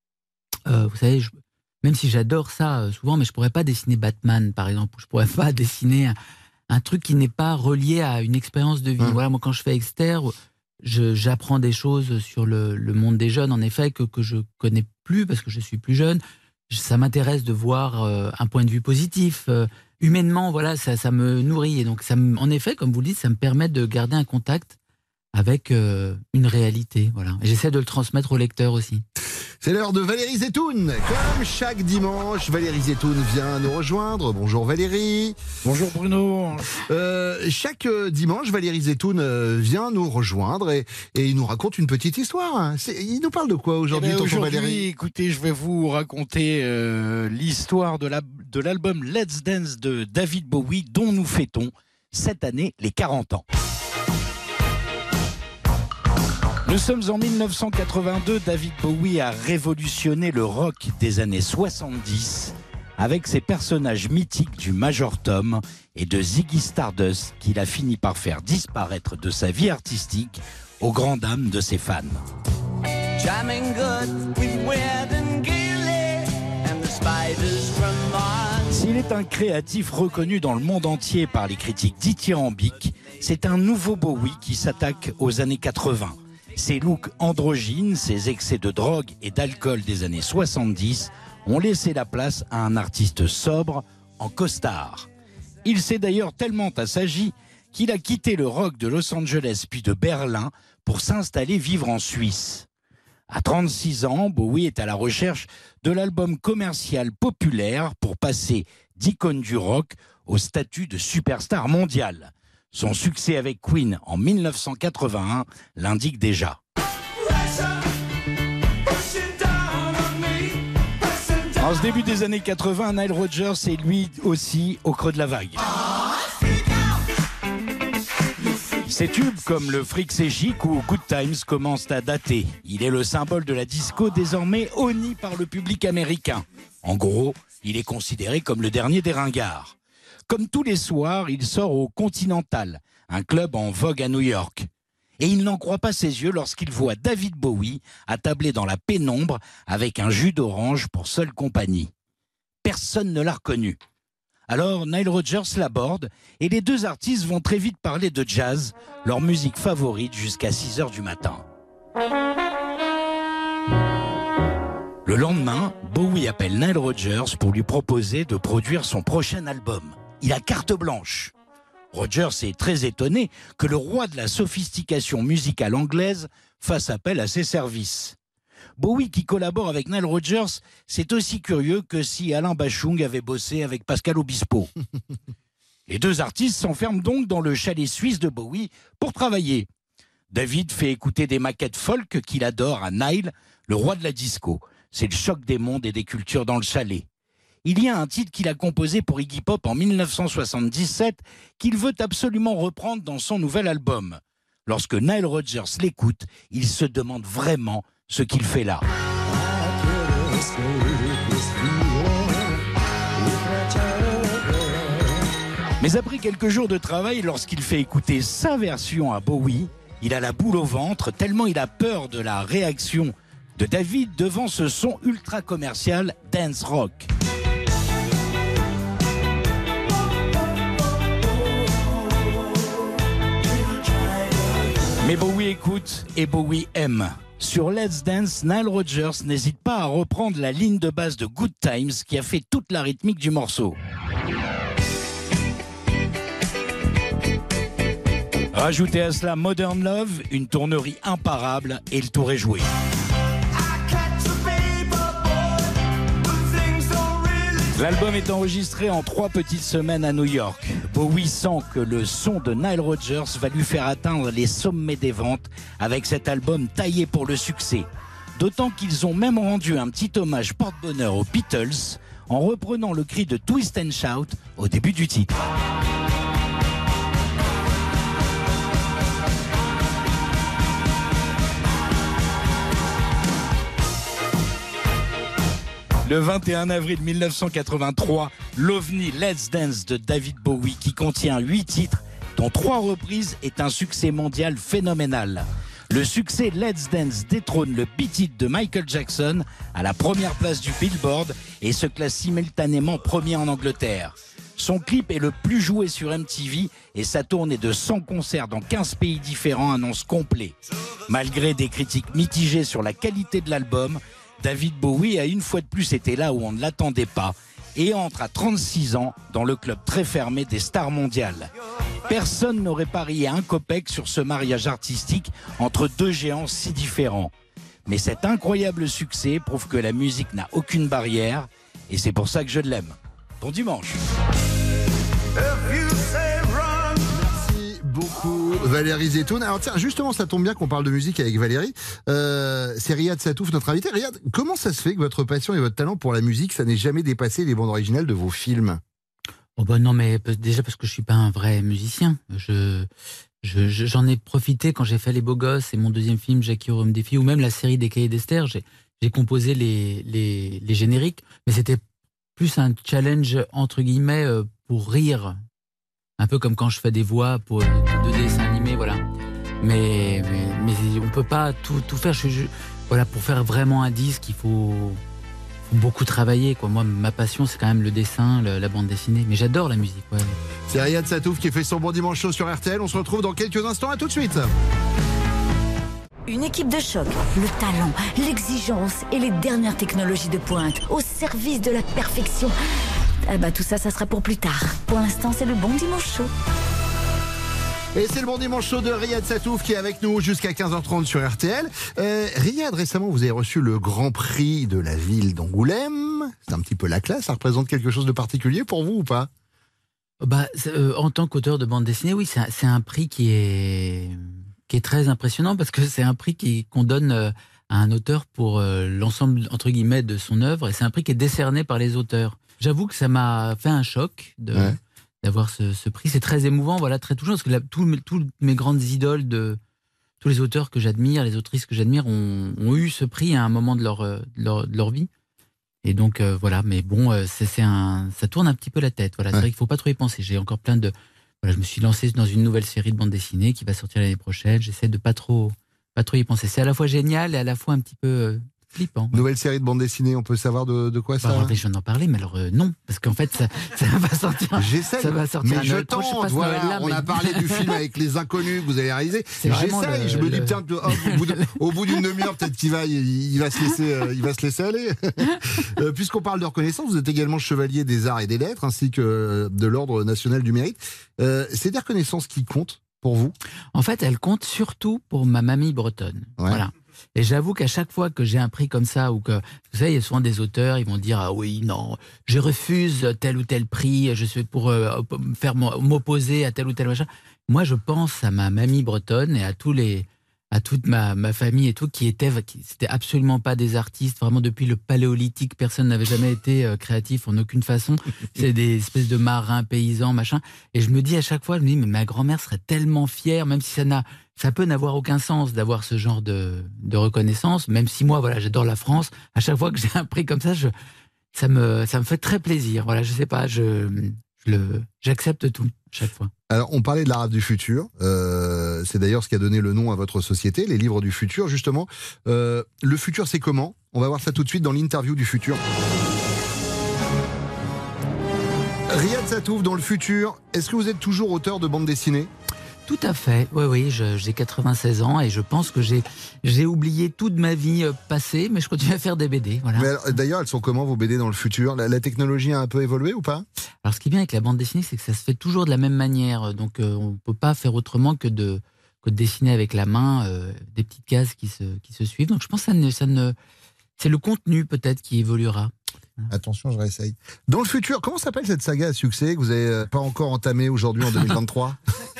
euh, vous savez, je, même si j'adore ça euh, souvent, mais je ne pourrais pas dessiner Batman, par exemple, ou je ne pourrais pas dessiner un, un truc qui n'est pas relié à une expérience de vie. Mmh. Voilà, moi, quand je fais Esther, je, j'apprends des choses sur le, le monde des jeunes, en effet, que, que je ne connais plus parce que je suis plus jeune. Ça m'intéresse de voir euh, un point de vue positif. Euh, humainement, voilà, ça, ça me nourrit. Et donc, ça me, en effet, comme vous le dites, ça me permet de garder un contact avec euh, une réalité. Voilà. Et j'essaie de le transmettre au lecteur aussi. C'est l'heure de Valérie Zetoun. Comme chaque dimanche, Valérie Zetoun vient nous rejoindre. Bonjour Valérie. Bonjour Bruno. Euh, chaque dimanche, Valérie Zetoun vient nous rejoindre et, et il nous raconte une petite histoire. C'est, il nous parle de quoi aujourd'hui, eh ben, tonton aujourd'hui, Valérie? Écoutez, je vais vous raconter euh, l'histoire de, la, de l'album Let's Dance de David Bowie, dont nous fêtons cette année les quarante ans. Nous sommes en mille neuf cent quatre-vingt-deux, David Bowie a révolutionné le rock des années soixante-dix avec ses personnages mythiques du Major Tom et de Ziggy Stardust qu'il a fini par faire disparaître de sa vie artistique aux grandes dames de ses fans. S'il est un créatif reconnu dans le monde entier par les critiques dithyrambiques, c'est un nouveau Bowie qui s'attaque aux années quatre-vingts. Ses looks androgynes, ses excès de drogue et d'alcool des années soixante-dix ont laissé la place à un artiste sobre en costard. Il s'est d'ailleurs tellement assagi qu'il a quitté le rock de Los Angeles puis de Berlin pour s'installer vivre en Suisse. À trente-six ans, Bowie est à la recherche de l'album commercial populaire pour passer d'icône du rock au statut de superstar mondial. Son succès avec Queen en mille neuf cent quatre-vingt-un l'indique déjà. En ce début des années quatre-vingts, Nile Rodgers est lui aussi au creux de la vague. Ces tubes comme le Freak C'est Chic ou Good Times commencent à dater. Il est le symbole de la disco désormais honni par le public américain. En gros, il est considéré comme le dernier des ringards. Comme tous les soirs, il sort au Continental, un club en vogue à New York. Et il n'en croit pas ses yeux lorsqu'il voit David Bowie attablé dans la pénombre avec un jus d'orange pour seule compagnie. Personne ne l'a reconnu. Alors Nile Rodgers l'aborde et les deux artistes vont très vite parler de jazz, leur musique favorite jusqu'à six heures du matin. Le lendemain, Bowie appelle Nile Rodgers pour lui proposer de produire son prochain album. Il a carte blanche. Rodgers est très étonné que le roi de la sophistication musicale anglaise fasse appel à ses services. Bowie, qui collabore avec Nile Rodgers, c'est aussi curieux que si Alain Bachung avait bossé avec Pascal Obispo. Les deux artistes s'enferment donc dans le chalet suisse de Bowie pour travailler. David fait écouter des maquettes folk qu'il adore à Nile, le roi de la disco. C'est le choc des mondes et des cultures dans le chalet. Il y a un titre qu'il a composé pour Iggy Pop en mille neuf cent soixante-dix-sept qu'il veut absolument reprendre dans son nouvel album. Lorsque Nile Rodgers l'écoute, il se demande vraiment ce qu'il fait là. Mais après quelques jours de travail, lorsqu'il fait écouter sa version à Bowie, il a la boule au ventre tellement il a peur de la réaction de David devant ce son ultra commercial dance rock. Mais Bowie écoute et Bowie aime. Sur Let's Dance, Nile Rodgers n'hésite pas à reprendre la ligne de base de Good Times qui a fait toute la rythmique du morceau. Rajoutez à cela Modern Love, une tournerie imparable et le tour est joué. L'album est enregistré en trois petites semaines à New York. Bowie sent que le son de Nile Rodgers va lui faire atteindre les sommets des ventes avec cet album taillé pour le succès. D'autant qu'ils ont même rendu un petit hommage porte-bonheur aux Beatles en reprenant le cri de Twist and Shout au début du titre. Le vingt et un avril mille neuf cent quatre-vingt-trois, l'OVNI Let's Dance de David Bowie, qui contient huit titres, dont trois reprises, est un succès mondial phénoménal. Le succès Let's Dance détrône le Beat It de Michael Jackson à la première place du Billboard et se classe simultanément premier en Angleterre. Son clip est le plus joué sur M T V et sa tournée de cent concerts dans quinze pays différents annonce complet. Malgré des critiques mitigées sur la qualité de l'album, David Bowie a une fois de plus été là où on ne l'attendait pas et entre à trente-six ans dans le club très fermé des stars mondiales. Personne n'aurait parié un copec sur ce mariage artistique entre deux géants si différents. Mais cet incroyable succès prouve que la musique n'a aucune barrière et c'est pour ça que je l'aime. Bon dimanche. Beaucoup Valérie Zetoun. Alors tiens, justement, ça tombe bien qu'on parle de musique avec Valérie. Euh, c'est Riyad Satouf, notre invité. Riyad, comment ça se fait que votre passion et votre talent pour la musique, ça n'ait jamais dépassé les bandes originales de vos films ? Oh ben non, mais déjà parce que je suis pas un vrai musicien. Je, je, je j'en ai profité quand j'ai fait Les Beaux Gosses et mon deuxième film Jackie au Rhum des filles, ou même la série des Cahiers d'Esther. J'ai, j'ai composé les, les, les génériques, mais c'était plus un challenge entre guillemets pour rire. Un peu comme quand je fais des voix pour de dessins animés, voilà. Mais, mais, mais on peut pas tout, tout faire. Je, je, voilà, pour faire vraiment un disque, il faut, faut beaucoup travailler, quoi. Moi, ma passion, c'est quand même le dessin, le, la bande dessinée. Mais j'adore la musique, ouais. C'est Riyad Satouf qui fait son Bon Dimanche Show sur R T L. On se retrouve dans quelques instants. À tout de suite. Une équipe de choc, le talent, l'exigence et les dernières technologies de pointe au service de la perfection. Eh ben, tout ça, ça sera pour plus tard. Pour l'instant, c'est le Bon Dimanche Show. Et c'est le Bon Dimanche Show de Riyad Satouf qui est avec nous jusqu'à quinze heures trente sur R T L. Euh, Riyad, récemment, vous avez reçu le Grand Prix de la ville d'Angoulême. C'est un petit peu la classe. Ça représente quelque chose de particulier pour vous ou pas ? Bah, euh, en tant qu'auteur de bande dessinée, oui, c'est un, c'est un prix qui est, qui est très impressionnant parce que c'est un prix qui, qu'on donne euh, à un auteur pour euh, l'ensemble, entre guillemets, de son œuvre. Et c'est un prix qui est décerné par les auteurs. J'avoue que ça m'a fait un choc de, ouais. d'avoir ce, ce prix. C'est très émouvant, voilà, très touchant, parce que tous mes grandes idoles, de, tous les auteurs que j'admire, les autrices que j'admire, ont, ont eu ce prix à un moment de leur, de leur, de leur vie. Et donc, euh, voilà, mais bon, c'est, c'est un, ça tourne un petit peu la tête. Voilà. C'est ouais. vrai qu'il ne faut pas trop y penser. J'ai encore plein de, voilà, je me suis lancé dans une nouvelle série de bande dessinée qui va sortir l'année prochaine. J'essaie de pas trop, pas trop y penser. C'est à la fois génial et à la fois un petit peu euh, flippant. Nouvelle série de bande dessinée, on peut savoir de, de quoi ça bah, Je viens d'en parler, mais alors euh, non, parce qu'en fait, ça, ça va sortir. J'essaie, ça va sortir mais à je Noël. tente. Je passe Voilà, Noël là, on mais... a parlé du film avec les inconnus que vous avez réalisé. J'essaie, le, je me dis le... putain, oh, au bout, de, au bout d'une demi-heure, peut-être qu'il va, il, il va se laisser, euh, il va se laisser aller. euh, Puisqu'on parle de reconnaissance, vous êtes également chevalier des arts et des lettres, ainsi que de l'ordre national du mérite. Euh, c'est des reconnaissances qui comptent pour vous? En fait, elles comptent surtout pour ma mamie bretonne. Ouais. Voilà. Et j'avoue qu'à chaque fois que j'ai un prix comme ça, ou que, vous savez, il y a souvent des auteurs, ils vont dire, ah oui, non, je refuse tel ou tel prix, je suis pour euh, faire m'opposer à tel ou tel machin. Moi, je pense à ma mamie bretonne et à tous les, à toute ma, ma famille et tout, qui étaient, qui, c'était absolument pas des artistes. Vraiment, depuis le paléolithique, personne n'avait jamais été euh, créatif en aucune façon. C'est des espèces de marins, paysans, machin. Et je me dis à chaque fois, je me dis, mais ma grand-mère serait tellement fière, même si ça n'a, ça peut n'avoir aucun sens d'avoir ce genre de, de reconnaissance, même si moi, voilà, j'adore la France. À chaque fois que j'ai un prix comme ça, je, ça me, ça me fait très plaisir. Voilà, je sais pas, je, je le, j'accepte tout, chaque fois. Alors, on parlait de l'Arabe du futur. Euh, c'est d'ailleurs ce qui a donné le nom à votre société, les livres du futur, justement. Euh, le futur, c'est comment? On va voir ça tout de suite dans l'interview du futur. Riyad Sattouf, dans le futur, est-ce que vous êtes toujours auteur de bande dessinée? Tout à fait, oui, oui, je, j'ai quatre-vingt-seize ans et je pense que j'ai, j'ai oublié toute ma vie passée, mais je continue à faire des B D. Voilà. Mais alors, d'ailleurs, elles sont comment vos B D dans le futur? la, la technologie a un peu évolué ou pas? Alors, ce qui est bien avec la bande dessinée, c'est que ça se fait toujours de la même manière. Donc, euh, on ne peut pas faire autrement que de, que de dessiner avec la main euh, des petites cases qui se, qui se suivent. Donc, je pense que ça ne, ça ne, c'est le contenu peut-être qui évoluera. Attention, je réessaye. Dans le futur, comment s'appelle cette saga à succès que vous n'avez pas encore entamée aujourd'hui en deux mille vingt-trois?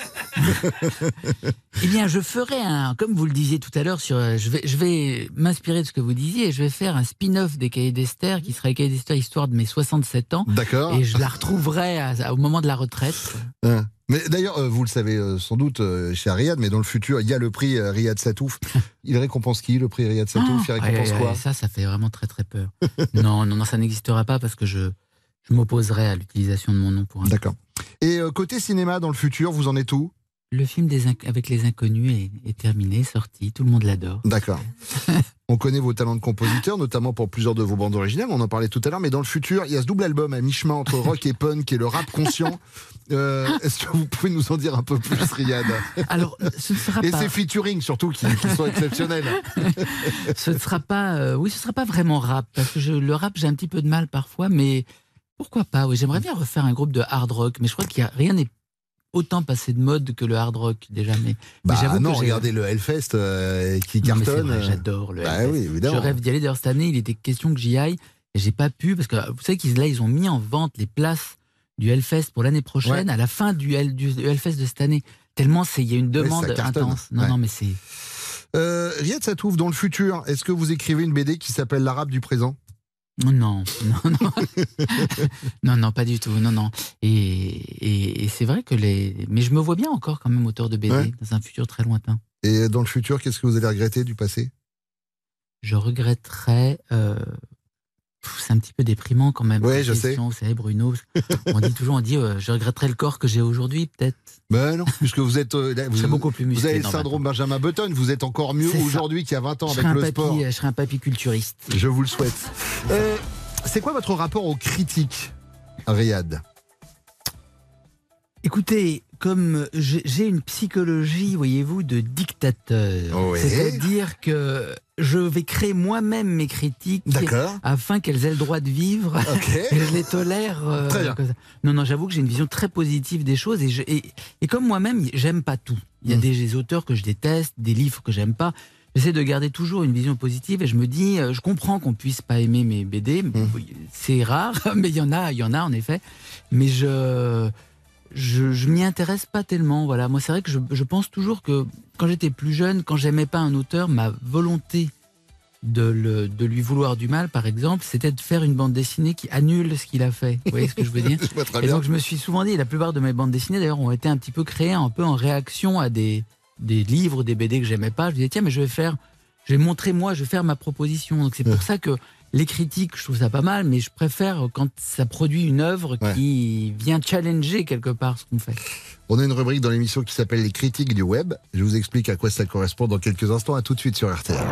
Eh bien, je ferai un, comme vous le disiez tout à l'heure, sur, je vais, je vais m'inspirer de ce que vous disiez et je vais faire un spin-off des Cahiers d'Esther qui sera les Cahiers d'Esther histoire de mes soixante-sept ans. D'accord. Et je la retrouverai à, à, au moment de la retraite. Hein. Mais d'ailleurs, euh, vous le savez euh, sans doute, euh, cher Riyad, mais dans le futur, il y a le prix euh, Riyad Sattouf. Il récompense qui, le prix Riyad Sattouf? Il récompense ah, quoi? Ça, ça fait vraiment très très peur. non, non, non, ça n'existera pas parce que je, je m'opposerai à l'utilisation de mon nom pour un. D'accord. Et euh, côté cinéma, dans le futur, vous en êtes où? Le film des inc- avec les inconnus est, est terminé, sorti, tout le monde l'adore. D'accord. On connaît vos talents de compositeur, notamment pour plusieurs de vos bandes originales, on en parlait tout à l'heure, mais dans le futur, il y a ce double album à mi-chemin entre rock et punk et le rap conscient. Euh, est-ce que vous pouvez nous en dire un peu plus, Riyad? Alors, ce ne sera et pas... ces featuring, surtout, qui, qui sont exceptionnels. Ce ne sera pas... Euh, oui, ce ne sera pas vraiment rap, parce que je, le rap, j'ai un petit peu de mal parfois, mais pourquoi pas? Oui, j'aimerais bien refaire un groupe de hard rock, mais je crois qu'il y a rien n'est autant passé de mode que le hard rock déjà, mais, bah mais j'avoue non, que j'ai... regardez le Hellfest euh, qui non, cartonne. Vrai, j'adore le bah Hellfest. Oui, évidemment. Je rêve d'y aller. D'ailleurs, cette année, il était question que j'y aille et j'ai pas pu parce que vous savez qu'ils là, ils ont mis en vente les places du Hellfest pour l'année prochaine ouais. à la fin du, Hell, du Hellfest de cette année. Tellement c'est, il y a une demande ouais, intense. Non, ouais. non, mais c'est. Euh, Riyad Sattouf, dans le futur, est-ce que vous écrivez une B D qui s'appelle l'Arabe du présent? Non, non, non, non, non, pas du tout, non, non. Et, et, et c'est vrai que les, mais je me vois bien encore quand même auteur de B D ouais. dans un futur très lointain. Et dans le futur, qu'est-ce que vous allez regretter du passé? Je regretterais. Euh... C'est un petit peu déprimant quand même. Oui, je sais. Vous savez, Bruno, on dit toujours, on dit, euh, je regretterais le corps que j'ai aujourd'hui, peut-être. Ben non, puisque vous êtes, euh, vous, je beaucoup plus musclé. Vous avez le syndrome Benjamin Button. Vous êtes encore mieux aujourd'hui qu'il y a vingt ans je avec le papy, sport. Je serai un papy culturiste. Je vous le souhaite. Euh, c'est quoi votre rapport aux critiques, Riyad? Écoutez, comme j'ai une psychologie, voyez-vous, de dictateur. Oui. C'est-à-dire que je vais créer moi-même mes critiques afin qu'elles aient le droit de vivre okay. et je les tolère. Euh, très bien. Comme ça. Non, non, j'avoue que j'ai une vision très positive des choses et, je, et, et comme moi-même, j'aime pas tout. Il y a mmh. des auteurs que je déteste, des livres que j'aime pas. J'essaie de garder toujours une vision positive et je me dis, je comprends qu'on puisse pas aimer mes B D, mmh. c'est rare, mais il y en a, il y en a en effet. Mais je Je, je m'y intéresse pas tellement, voilà. Moi, c'est vrai que je, je pense toujours que quand j'étais plus jeune, quand j'aimais pas un auteur, ma volonté de, le, de lui vouloir du mal, par exemple, c'était de faire une bande dessinée qui annule ce qu'il a fait. Vous voyez ce que je veux dire? je vois très Et bien. donc, je me suis souvent dit, la plupart de mes bandes dessinées, d'ailleurs, ont été un petit peu créées un peu en réaction à des, des livres, des B D que j'aimais pas. Je me disais, tiens, mais je vais faire, je vais montrer moi, je vais faire ma proposition. Donc, c'est pour ça que les critiques, je trouve ça pas mal, mais je préfère quand ça produit une œuvre Ouais. qui vient challenger quelque part ce qu'on fait. On a une rubrique dans l'émission qui s'appelle les critiques du web. Je vous explique à quoi ça correspond dans quelques instants. À tout de suite sur R T L.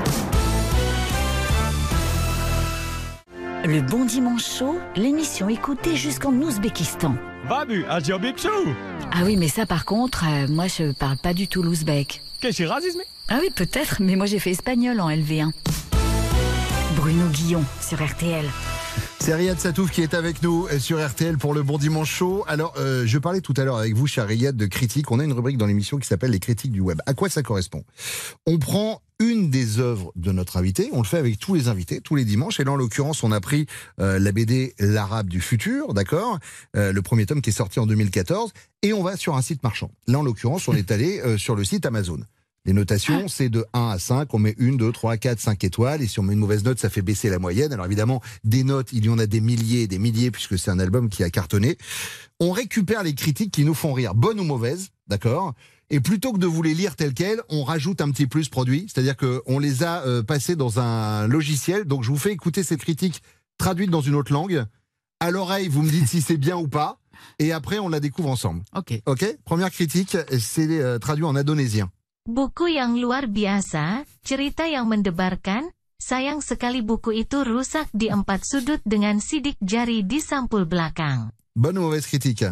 Le Bon Dimanche Show, l'émission écoutée jusqu'en Ouzbékistan. Babu, Asia Bipsou. Ah oui, mais ça par contre, euh, moi je parle pas du tout l'ouzbek. Qu'est-ce que c'est racisme? Ah oui, peut-être, mais moi j'ai fait espagnol en L V un. Bruno Guillon sur R T L. C'est Riyad Satouf qui est avec nous sur R T L pour le Bon Dimanche Show. Alors, euh, je parlais tout à l'heure avec vous, cher Riyad, de critiques. On a une rubrique dans l'émission qui s'appelle les critiques du web. À quoi ça correspond? On prend une des œuvres de notre invité, on le fait avec tous les invités, tous les dimanches, et là en l'occurrence on a pris euh, la B D L'Arabe du futur, d'accord, euh, le premier tome qui est sorti en deux mille quatorze, et on va sur un site marchand. Là en l'occurrence on est allé euh, sur le site Amazon. Les notations, c'est de un à cinq, on met une, deux, trois, quatre, cinq étoiles, et si on met une mauvaise note, ça fait baisser la moyenne. Alors évidemment, des notes, il y en a des milliers et des milliers, puisque c'est un album qui a cartonné. On récupère les critiques qui nous font rire, bonnes ou mauvaises, d'accord ? Et plutôt que de vous les lire telles quelles, on rajoute un petit plus produit, c'est-à-dire qu'on les a euh, passés dans un logiciel, donc je vous fais écouter cette critique traduite dans une autre langue. À l'oreille, vous me dites si c'est bien ou pas, et après on la découvre ensemble. Ok. Ok. Première critique, c'est euh, traduit en indonésien. Buku yang luar biasa, cerita yang mendebarkan, sayang sekali buku itu rusak di empat sudut dengan sidik jari di sampul belakang. Bonne ou mauvaise critique?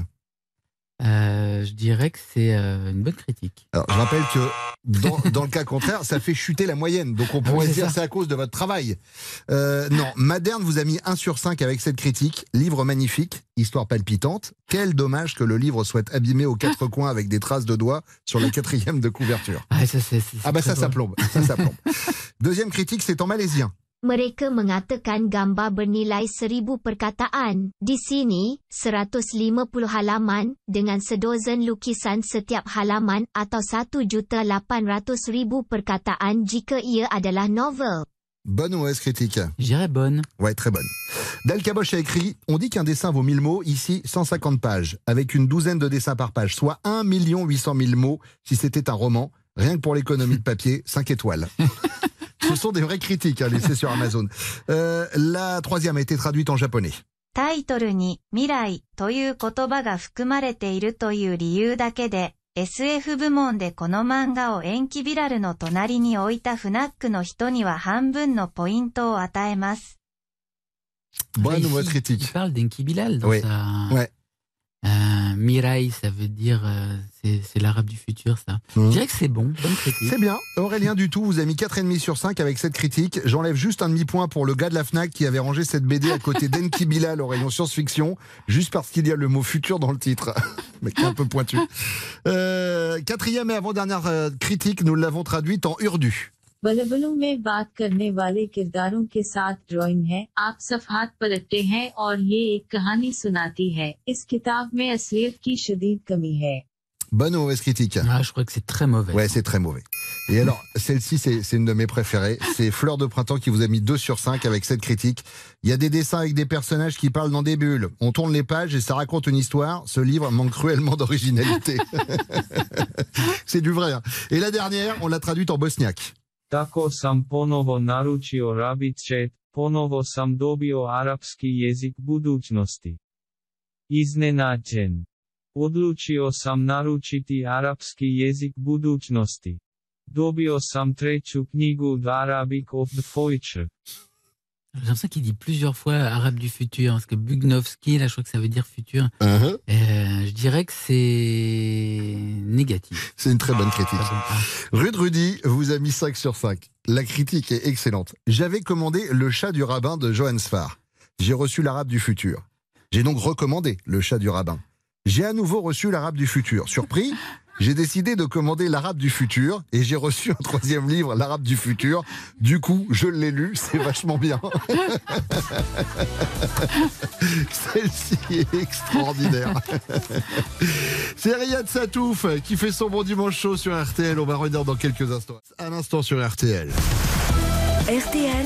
Euh, je dirais que c'est euh, une bonne critique. Alors, je rappelle que dans, dans le cas contraire, ça fait chuter la moyenne. Donc, on pourrait oui, se dire ça. c'est à cause de votre travail. Euh, non, Maderne vous a mis un sur cinq avec cette critique. Livre magnifique, histoire palpitante. Quel dommage que le livre soit abîmé aux quatre coins avec des traces de doigts sur la quatrième de couverture. Ah, ça, c'est, c'est Ah bah ça, très ça beau. plombe. Ça, ça plombe. Deuxième critique, c'est en malaisien. Mereka mengatakan gambar bernilai seribu perkataan. Di sini, seratus lima puluh halaman, dengan sedozen lukisan setiap halaman atau satu juta lapan ratus ribu perkataan jika ia adalah novel. Bonne ou mauvaise critique? Je dirais bonne. Ouais, très bonne. Dal Caboche a écrit « On dit qu'un dessin vaut mille mots, ici cent cinquante pages, avec une douzaine de dessins par page, soit un million huit cent mille mots si c'était un roman. Rien que pour l'économie de papier, cinq étoiles. » Ce sont des vraies critiques hein, laissées sur Amazon. Euh, la troisième a été traduite en japonais. タイトルに未来という言葉が含まれているという理由だけで、エスエフ 部門でこの漫画を延期ビラルの隣に置いたフナックの人には半分のポイントを与えます。 Bonne Ici, ou mauvaise critique? Il parle d'Enki Bilal dans Oui. sa... Ouais. Euh, Mirai, ça veut dire euh, c'est, c'est l'arabe du futur, ça. Mmh. Je dirais que c'est bon, bonne critique. C'est bien. Aurélien Dutout vous a mis quatre virgule cinq sur cinq avec cette critique. J'enlève juste un demi-point pour le gars de la Fnac qui avait rangé cette B D à côté d'Enki Bilal au rayon science-fiction, juste parce qu'il y a le mot futur dans le titre. Mais qui est un peu pointu. Euh, quatrième et avant-dernière euh, critique, nous l'avons traduite en urdu. बलबलों में बात करने वाले किरदारों के साथ ड्राइंग है। आप सफ़हात पलटते हैं और ये एक कहानी सुनाती है। इस किताब में असलियत की शदीद कमी है। Bonne ou mauvaise critique? Ah, je crois que c'est très mauvais. Ouais, c'est très mauvais. Et alors, celle-ci, c'est, c'est une de mes préférées. C'est Fleur de Printemps qui vous a mis deux sur cinq avec cette critique. Il y a des dessins avec des personnages qui parlent dans des bulles. On tourne les pages et ça raconte une histoire. Ce livre manque cruellement d'originalité. C'est du vrai. Hein. Et la dernière, on l'a traduite en bosniaque. Tako sam ponovo naručio Rabbit Chat, ponovo sam dobio arapski jezik budućnosti. Iznenađen. Odlučio sam naručiti arapski jezik budućnosti. Dobio sam treću knjigu The Arabic of the Future. J'ai l'impression qu'il dit plusieurs fois arabe du futur, parce que Bugnovski, là, je crois que ça veut dire futur. Uh-huh. Euh, je dirais que c'est négatif. C'est une très bonne critique. Rude Rudy vous a mis cinq sur cinq. La critique est excellente. J'avais commandé Le chat du rabbin de Johann Sfar. J'ai reçu l'arabe du futur. J'ai donc recommandé Le chat du rabbin. J'ai à nouveau reçu l'arabe du futur. Surpris, j'ai décidé de commander l'arabe du futur et j'ai reçu un troisième livre, l'arabe du futur. Du coup, je l'ai lu, c'est vachement bien. Celle-ci est extraordinaire. C'est Riyad Satouf qui fait son Bon Dimanche Show sur R T L. On va revenir dans quelques instants. Un instant sur R T L. R T L,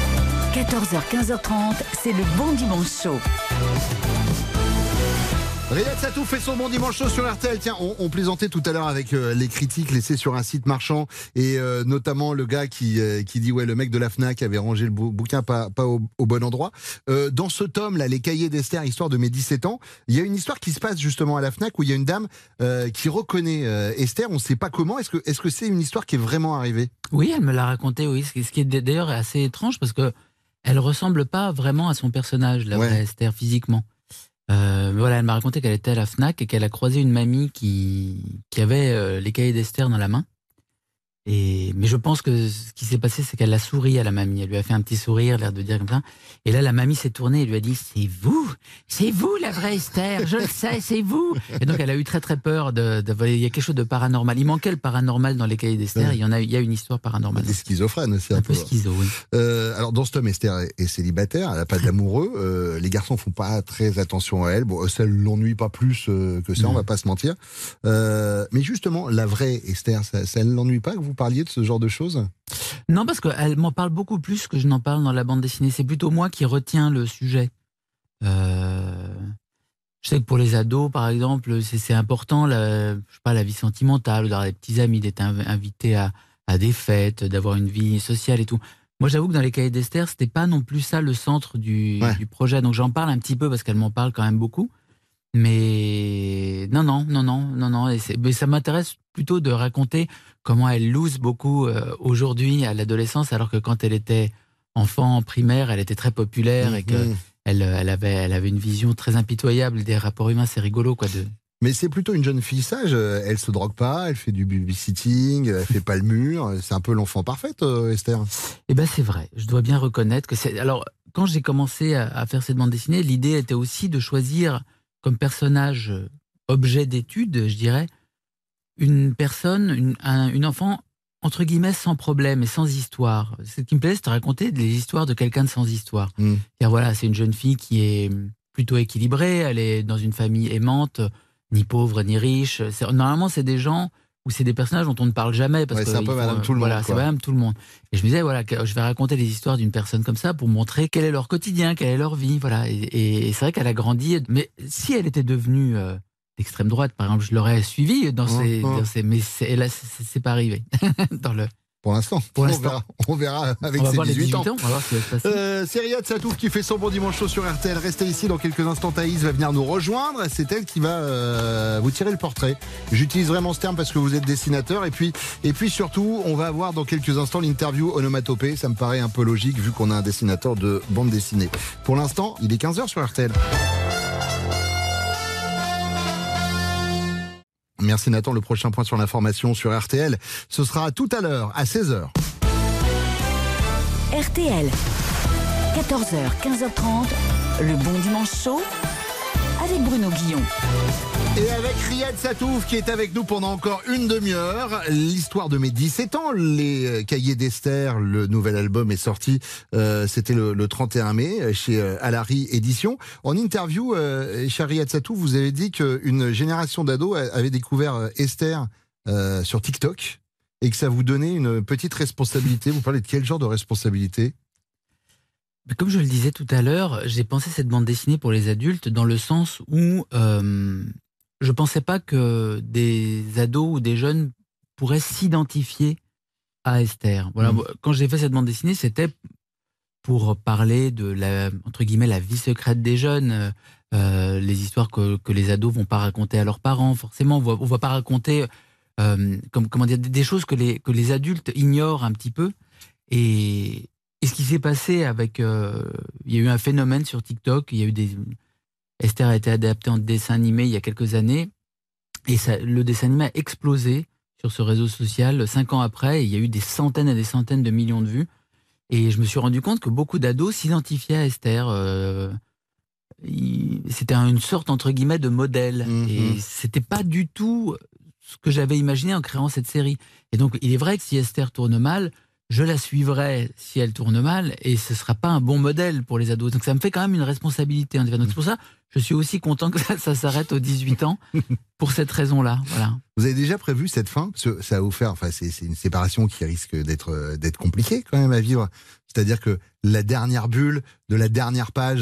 quatorze heures quinze heures trente, c'est le Bon Dimanche Show. Riyad Satouf fait son bon dimanche chaud sur R T L. Tiens, on, on plaisantait tout à l'heure avec euh, les critiques laissées sur un site marchand et euh, notamment le gars qui euh, qui dit ouais le mec de la Fnac avait rangé le bou- bouquin pas pas au, au bon endroit. Euh, dans ce tome là, les cahiers d'Esther, histoire de mes dix-sept ans, il y a une histoire qui se passe justement à la Fnac où il y a une dame euh, qui reconnaît euh, Esther. On ne sait pas comment. Est-ce que est-ce que c'est une histoire qui est vraiment arrivée? Oui, elle me l'a raconté. Oui, ce qui, ce qui est d'ailleurs assez étrange parce que elle ressemble pas vraiment à son personnage, la Ouais. vraie Esther physiquement. Euh, voilà, elle m'a raconté qu'elle était à la Fnac et qu'elle a croisé une mamie qui, qui avait euh, les cahiers d'Esther dans la main. Et, mais je pense que ce qui s'est passé, c'est qu'elle a souri à la mamie. Elle lui a fait un petit sourire, l'air de dire comme ça. Et là, la mamie s'est tournée et lui a dit « C'est vous, c'est vous la vraie Esther, je le sais, c'est vous !» Et donc, elle a eu très très peur de, de, de... Il y a quelque chose de paranormal. Il manquait le paranormal dans les cahiers d'Esther. Ouais. Il y en a, il y a une histoire paranormale. Des schizophrènes, c'est un, Un peu. peu schizo, oui. Euh, alors dans ce tome, Esther est, est célibataire, elle n'a pas d'amoureux. Euh, les garçons font pas très attention à elle. Bon, ça l'ennuie pas plus euh, que ça, Mm. on va pas se mentir. Euh, mais justement, la vraie Esther, ça, ça ne l'ennuie pas que vous parliez de ce genre de choses? Non, parce qu'elle m'en parle beaucoup plus que je n'en parle dans la bande dessinée. C'est plutôt moi qui retiens le sujet. Euh, je sais que pour les ados, par exemple, c'est c'est important, la, je sais pas, la vie sentimentale, d'avoir des petits amis, d'être inv- invité à, à des fêtes, d'avoir une vie sociale et tout. Moi, j'avoue que dans les cahiers d'Esther, c'était pas non plus ça le centre du, Ouais. du projet. Donc j'en parle un petit peu parce qu'elle m'en parle quand même beaucoup. Mais non, non, non, non, non, non. Et c'est- mais ça m'intéresse plutôt de raconter comment elle lose beaucoup euh, aujourd'hui à l'adolescence, alors que quand elle était enfant en primaire, elle était très populaire et que Mhm. elle, elle avait, elle avait une vision très impitoyable des rapports humains. C'est rigolo, quoi. De... Mais c'est plutôt une jeune fille sage. euh, Elle se drogue pas, elle fait du babysitting, elle fait pas le mur. C'est un peu l'enfant parfaite, euh, Esther. Eh ben, c'est vrai. Je dois bien reconnaître que c'est. Alors, quand j'ai commencé à, à faire cette bande dessinée, l'idée était aussi de choisir comme personnage euh, objet d'étude, je dirais, une personne, une, un, une enfant, entre guillemets, sans problème et sans histoire. Ce qui me plaît, c'est de raconter les histoires de quelqu'un de sans histoire. Mm. C'est-à-dire, voilà, c'est une jeune fille qui est plutôt équilibrée, elle est dans une famille aimante, ni pauvre, ni riche. C'est- Normalement, c'est des gens ou c'est des personnages dont on ne parle jamais. Parce Ouais, que c'est un peu ils font, Madame euh, Tout-le-Monde, Voilà, c'est quoi. Madame Tout-le-Monde. Et je me disais, voilà, que je vais raconter les histoires d'une personne comme ça pour montrer quel est leur quotidien, quelle est leur vie. Voilà. Et, et- et c'est vrai qu'elle a grandi. Mais si elle était devenue euh, d'extrême droite, par exemple, je l'aurais suivie dans ces, Mhm. dans ces. Mais c'est, là, c'est, c'est pas arrivé. dans le, Pour l'instant. Pour on l'instant. verra, on verra avec on va ses voir les dix-huit ans. dix-huit ans. On va voir ce qui va se passer. Euh, c'est Riyad Satouf qui fait son bon dimanche chaud sur R T L. Restez ici dans quelques instants. Thaïs va venir nous rejoindre. C'est elle qui va euh, vous tirer le portrait. J'utilise vraiment ce terme parce que vous êtes dessinateur. Et puis, et puis surtout, on va avoir dans quelques instants l'interview onomatopée. Ça me paraît un peu logique vu qu'on a un dessinateur de bande dessinée. Pour l'instant, il est quinze heures sur R T L. Merci Nathan. Le prochain point sur l'information sur R T L, ce sera tout à l'heure à seize heures. R T L, quatorze heures, quinze heures trente, le bon dimanche chaud avec Bruno Guillon. Et avec Riyad Satouf qui est avec nous pendant encore une demi-heure. L'histoire de mes dix-sept ans, les cahiers d'Esther, le nouvel album est sorti, euh, c'était le, le trente et un mai chez euh, Alary Éditions. En interview, euh, chez Riyad Satouf, vous avez dit qu'une génération d'ados avait découvert euh, Esther euh, sur TikTok et que ça vous donnait une petite responsabilité. Vous parlez de quel genre de responsabilité ? Comme je le disais tout à l'heure, j'ai pensé cette bande dessinée pour les adultes dans le sens où euh, je pensais pas que des ados ou des jeunes pourraient s'identifier à Esther. Voilà, Mmh. quand j'ai fait cette bande dessinée, c'était pour parler de la, entre guillemets, la vie secrète des jeunes, euh, les histoires que, que les ados vont pas raconter à leurs parents, forcément. On va, on va pas raconter, euh, comme, comment dire, des choses que les, que les adultes ignorent un petit peu. Et, et ce qui s'est passé avec, euh, il y a eu un phénomène sur TikTok, il y a eu des, Esther a été adaptée en dessin animé il y a quelques années, et ça, le dessin animé a explosé sur ce réseau social cinq ans après, et il y a eu des centaines et des centaines de millions de vues, et je me suis rendu compte que beaucoup d'ados s'identifiaient à Esther. Euh, il- c'était une sorte entre guillemets de modèle, Mhm. et c'était pas du tout ce que j'avais imaginé en créant cette série. Et donc, il est vrai que si Esther tourne mal, je la suivrai si elle tourne mal, et ce ne sera pas un bon modèle pour les ados. Donc ça me fait quand même une responsabilité. Donc c'est pour ça je suis aussi content que ça, ça s'arrête aux dix-huit ans, pour cette raison-là. Voilà. Vous avez déjà prévu cette fin? Parce que ça va vous faire, enfin, c'est, c'est une séparation qui risque d'être, d'être compliquée quand même à vivre. C'est-à-dire que la dernière bulle de la dernière page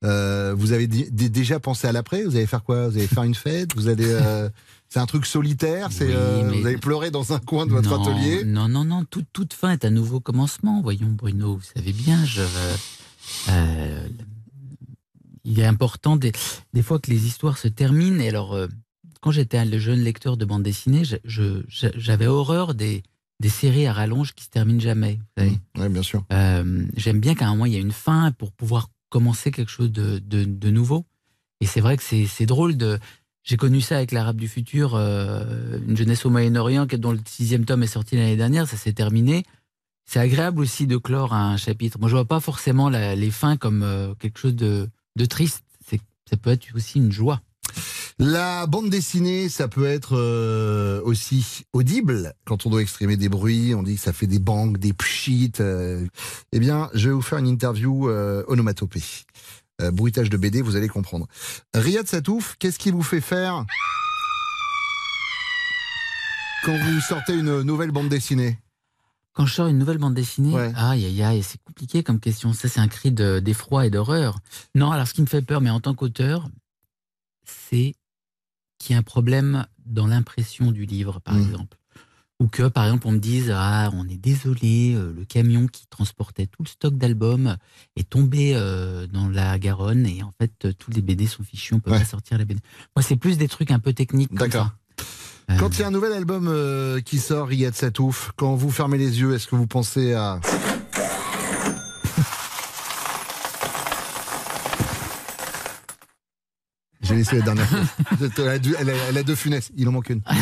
Euh, vous avez d- d- déjà pensé à l'après? Vous allez faire quoi? Vous allez faire une fête? Vous allez euh, c'est un truc solitaire? C'est Oui, euh, mais- vous allez pleurer dans un coin de votre non, atelier? Non, non, non. Toute, toute fin est un nouveau commencement. Voyons, Bruno, vous savez bien, je, euh, il est important des, des fois que les histoires se terminent. Et alors, euh, quand j'étais un jeune lecteur de bande dessinée, je, je, j'avais horreur des, des séries à rallonge qui se terminent jamais. Vous savez. Oui, bien sûr. Euh, j'aime bien qu'à un moment il y ait une fin pour pouvoir commencer quelque chose de, de, de nouveau. Et c'est vrai que c'est, c'est drôle de. J'ai connu ça avec l'Arabe du futur, euh, une jeunesse au Moyen-Orient, dont le sixième tome est sorti l'année dernière, ça s'est terminé. C'est agréable aussi de clore un chapitre. Moi, je vois pas forcément la, les fins comme euh, quelque chose de, de triste. C'est, ça peut être aussi une joie. La bande dessinée, ça peut être euh, aussi audible quand on doit exprimer des bruits. On dit que ça fait des bangs, des pchits. Euh. Eh bien, je vais vous faire une interview euh, onomatopée. Euh, bruitage de B D, vous allez comprendre. Riyad Satouf, qu'est-ce qui vous fait faire quand vous sortez une nouvelle bande dessinée? Quand je sors une nouvelle bande dessinée, Ouais. aïe aïe aïe, c'est compliqué comme question. Ça, c'est un cri de, d'effroi et d'horreur. Non, alors ce qui me fait peur, mais en tant qu'auteur, c'est qu'il y a un problème dans l'impression du livre, par Mmh. exemple. Ou que, par exemple, on me dise « Ah, on est désolé, euh, le camion qui transportait tout le stock d'albums est tombé euh, dans la Garonne et en fait, euh, tous les B D sont fichus, on peut Ouais. pas sortir les B D. » Moi, c'est plus des trucs un peu techniques comme D'accord. ça. Quand il y a un nouvel album euh, qui sort, Riyad Satouf, quand vous fermez les yeux, est-ce que vous pensez à... J'ai laissé la dernière fois. Elle a, deux, elle, a, elle a deux funestes, il en manque une.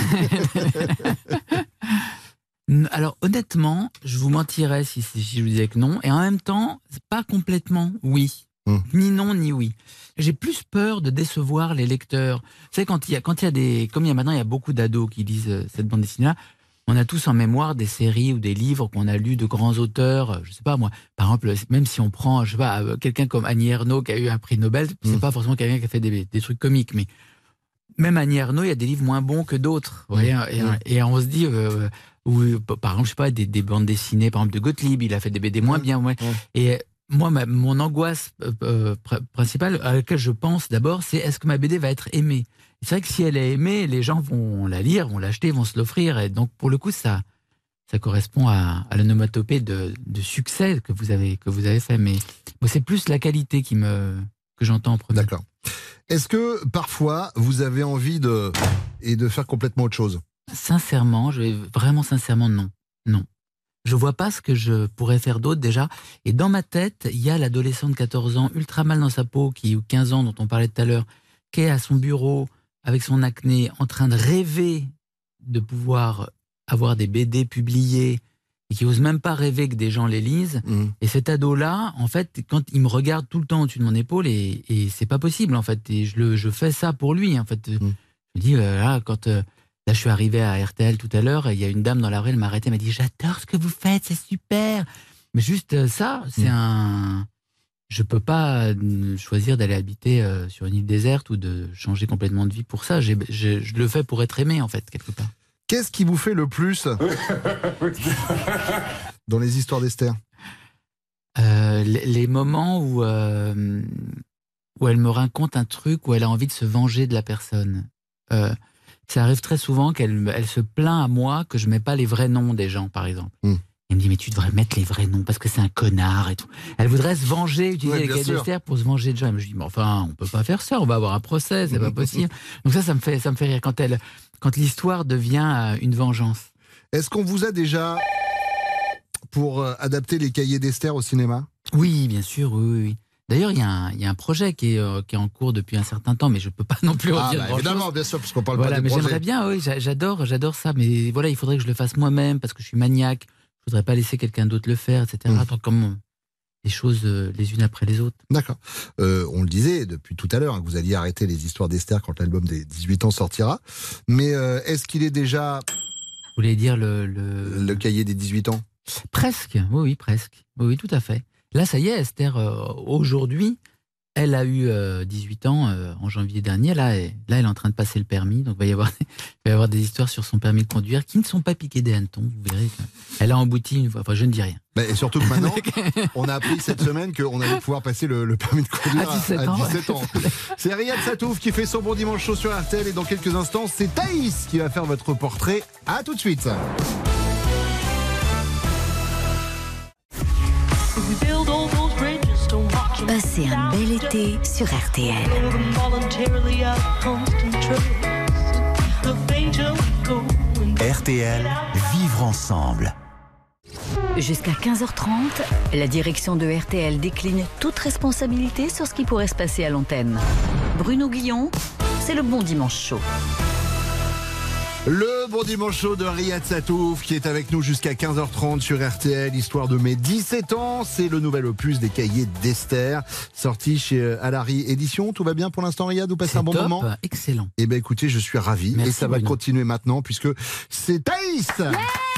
Alors, honnêtement, je vous mentirais si, si je vous disais que non. Et en même temps, c'est pas complètement oui. Mmh. Ni non, ni oui. J'ai plus peur de décevoir les lecteurs. Vous savez, quand il y a, quand il y a des, comme il y a maintenant, il y a beaucoup d'ados qui lisent euh, cette bande dessinée-là. On a tous en mémoire des séries ou des livres qu'on a lus de grands auteurs. euh, Je sais pas moi. Par exemple, même si on prend, je sais pas, euh, quelqu'un comme Annie Ernaux qui a eu un prix Nobel, c'est Mmh. pas forcément quelqu'un qui a fait des, des trucs comiques, mais même Annie Ernaux, il y a des livres moins bons que d'autres. Vous voyez, et, Mmh. et on se dit, euh, ou par exemple, je sais pas, des, des bandes dessinées, par exemple de Gottlieb, il a fait des B D moins bien. Ouais. Ouais. Et moi, ma, mon angoisse euh, euh, pr- principale à laquelle je pense d'abord, c'est est-ce que ma B D va être aimée? Et c'est vrai que si elle est aimée, les gens vont la lire, vont l'acheter, vont se l'offrir. Et donc, pour le coup, ça, ça correspond à, à l'onomatopée de, de succès que vous avez que vous avez fait. Mais moi, c'est plus la qualité qui me que j'entends en premier. D'accord. Est-ce que parfois vous avez envie de et de faire complètement autre chose? Sincèrement, je vais vraiment sincèrement non, non. Je vois pas ce que je pourrais faire d'autre déjà. Et dans ma tête, il y a l'adolescent de quatorze ans, ultra mal dans sa peau, qui ou quinze ans dont on parlait tout à l'heure, qui est à son bureau avec son acné, en train de rêver de pouvoir avoir des B D publiés et qui ose même pas rêver que des gens les lisent. Mmh. Et cet ado-là, en fait, quand il me regarde tout le temps au-dessus de mon épaule, et, et c'est pas possible, en fait. Et je, le, je fais ça pour lui, en fait. Mmh. Je me dis, euh, là, quand euh, là, je suis arrivé à R T L tout à l'heure, et il y a une dame dans la rue, elle m'a arrêté, elle m'a dit, j'adore ce que vous faites, c'est super. Mais juste euh, ça, c'est Mmh. un... Je peux pas euh, choisir d'aller habiter euh, sur une île déserte ou de changer complètement de vie pour ça. J'ai, je, je le fais pour être aimé, en fait, quelque part. Qu'est-ce qui vous fait le plus dans les histoires d'Esther? Euh, les, les moments où, euh, où elle me raconte un truc, où elle a envie de se venger de la personne. Euh, ça arrive très souvent qu'elle elle se plaint à moi que je mets pas les vrais noms des gens, par exemple. Mm. Elle me dit, mais tu devrais mettre les vrais noms parce que c'est un connard et tout. Elle voudrait se venger, utiliser Ouais, les bien cahiers sûr. d'Esther pour se venger de gens. Je dis, mais enfin, on peut pas faire ça, on va avoir un procès, c'est pas possible. Donc ça, ça me fait, ça me fait rire quand elle, quand l'histoire devient euh, une vengeance. Est-ce qu'on vous a déjà pour euh, adapter les cahiers d'Esther au cinéma? Oui, bien sûr, oui, oui, oui. D'ailleurs, il y, a un- il y a un projet qui est, euh, qui est en cours depuis un certain temps, mais je peux pas non plus en Ah, dire bah, grand-chose. évidemment, bien sûr, puisqu'on parle Voilà, pas des mais projets. j'aimerais bien, oui, j'a- j'adore, j'adore ça, mais voilà, il faudrait que je le fasse moi-même parce que je suis maniaque. Je voudrais pas laisser quelqu'un d'autre le faire, et cetera. Mmh. Tant comme les choses euh, les unes après les autres. D'accord. Euh, on le disait depuis tout à l'heure hein, que vous alliez arrêter les histoires d'Esther quand l'album des dix-huit ans sortira. Mais euh, est-ce qu'il est déjà Vous voulez dire le, le... le cahier des dix-huit ans? Presque, oui, oui, presque. Oui, oui, tout à fait. Là, ça y est, Esther, euh, aujourd'hui, Elle a eu euh, dix-huit ans euh, en janvier dernier. Là, et, là, elle est en train de passer le permis. Donc, il va y avoir, il va y avoir des histoires sur son permis de conduire qui ne sont pas piquées des hannetons. Vous verrez. Elle a embouti une fois. Enfin, je ne dis rien. Bah, et surtout que maintenant, on a appris cette semaine qu'on allait pouvoir passer le, le permis de conduire à dix-sept ans. À dix-sept ans. C'est Riyad Satouf qui fait son bon dimanche chaud sur R T L. Et dans quelques instants, c'est Thaïs qui va faire votre portrait. À tout de suite. Passez un bel été sur R T L. R T L, vivre ensemble. Jusqu'à quinze heures trente, la direction de R T L décline toute responsabilité sur ce qui pourrait se passer à l'antenne. Bruno Guillon, c'est le bon dimanche chaud. Le bon dimanche chaud de Riyad Satouf qui est avec nous jusqu'à quinze heures trente sur R T L, histoire de mes dix-sept ans. C'est le nouvel opus des cahiers d'Esther, sorti chez Alary Édition. Tout va bien pour l'instant, Riyad? Vous passez un bon top, moment? Excellent. Eh bien écoutez, je suis ravi. Merci, et ça Bruno. va continuer maintenant puisque c'est Thaïs. Yeah.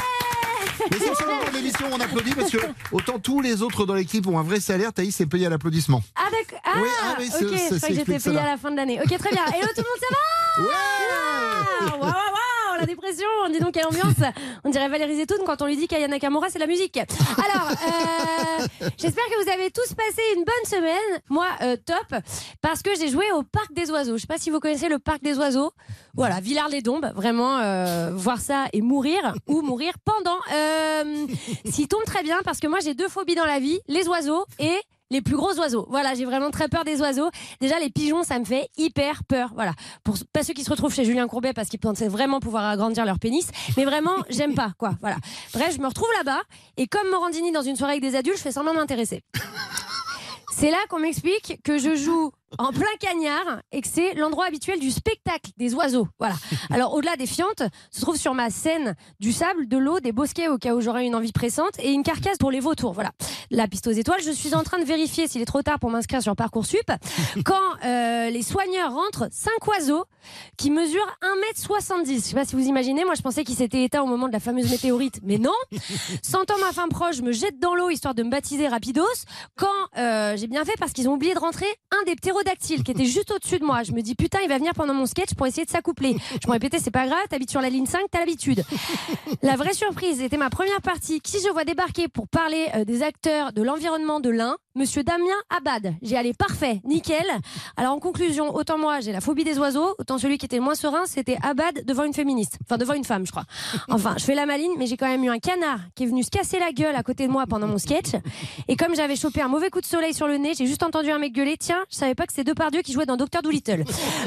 Mais c'est sur le moment de l'émission, on applaudit parce que autant tous les autres dans l'équipe ont un vrai salaire, Thaïs est payé à l'applaudissement. Ah d'accord. Ah, oui, ah oui, ok, ça, je ça crois que j'étais s'explique payée cela. à la fin de l'année. Ok, très bien. Hello tout le monde, ça va? Ouais. Waouh, waouh, waouh, la dépression. Dis donc quelle ambiance. On dirait Valérie Zetoun quand on lui dit qu'Aya Nakamura c'est la musique. Alors, euh, j'espère que vous avez tous passé une bonne semaine. Moi, euh, top, parce que j'ai joué au Parc des Oiseaux. Je sais pas si vous connaissez le Parc des Oiseaux. Voilà, Villars-les-Dombes, vraiment euh, voir ça et mourir ou mourir pendant. Euh, S'il tombe très bien parce que moi j'ai deux phobies dans la vie, les oiseaux et les plus gros oiseaux. Voilà, j'ai vraiment très peur des oiseaux. Déjà, les pigeons, ça me fait hyper peur. Voilà. Pour pas ceux qui se retrouvent chez Julien Courbet parce qu'ils pensaient vraiment pouvoir agrandir leur pénis. Mais vraiment, j'aime pas, quoi. Voilà. Bref, je me retrouve là-bas. Et comme Morandini dans une soirée avec des adultes, je fais semblant de m'intéresser. C'est là qu'on m'explique que je joue en plein cagnard et que c'est l'endroit habituel du spectacle des oiseaux. Voilà. Alors, au-delà des fientes, se trouve sur ma scène du sable, de l'eau, des bosquets au cas où j'aurais une envie pressante et une carcasse pour les vautours. Voilà. La piste aux étoiles, je suis en train de vérifier s'il est trop tard pour m'inscrire sur Parcoursup quand euh, les soigneurs rentrent cinq oiseaux qui mesurent un mètre soixante-dix. Je sais pas si vous imaginez, moi je pensais qu'ils s'étaient éteints au moment de la fameuse météorite, mais non. Sentant ma faim proche, je me jette dans l'eau histoire de me baptiser rapidos quand euh, j'ai bien fait parce qu'ils ont oublié de rentrer un des ptérodactyles qui était juste au-dessus de moi. Je me dis putain, il va venir pendant mon sketch pour essayer de s'accoupler. Je me répétais, c'est pas grave, t'habites sur la ligne cinq, t'as l'habitude. La vraie surprise était ma première partie. Qui je vois débarquer pour parler euh, des acteurs de l'environnement de l'Ain, Monsieur Damien Abad. J'ai allé parfait, nickel. Alors en conclusion, autant moi j'ai la phobie des oiseaux, autant celui qui était le moins serein c'était Abad devant une féministe. Enfin devant une femme je crois. Enfin je fais la maline mais j'ai quand même eu un canard qui est venu se casser la gueule à côté de moi pendant mon sketch. Et comme j'avais chopé un mauvais coup de soleil sur le nez, j'ai juste entendu un mec gueuler, tiens je savais pas que c'est Depardieu qui jouait dans Docteur Dolittle.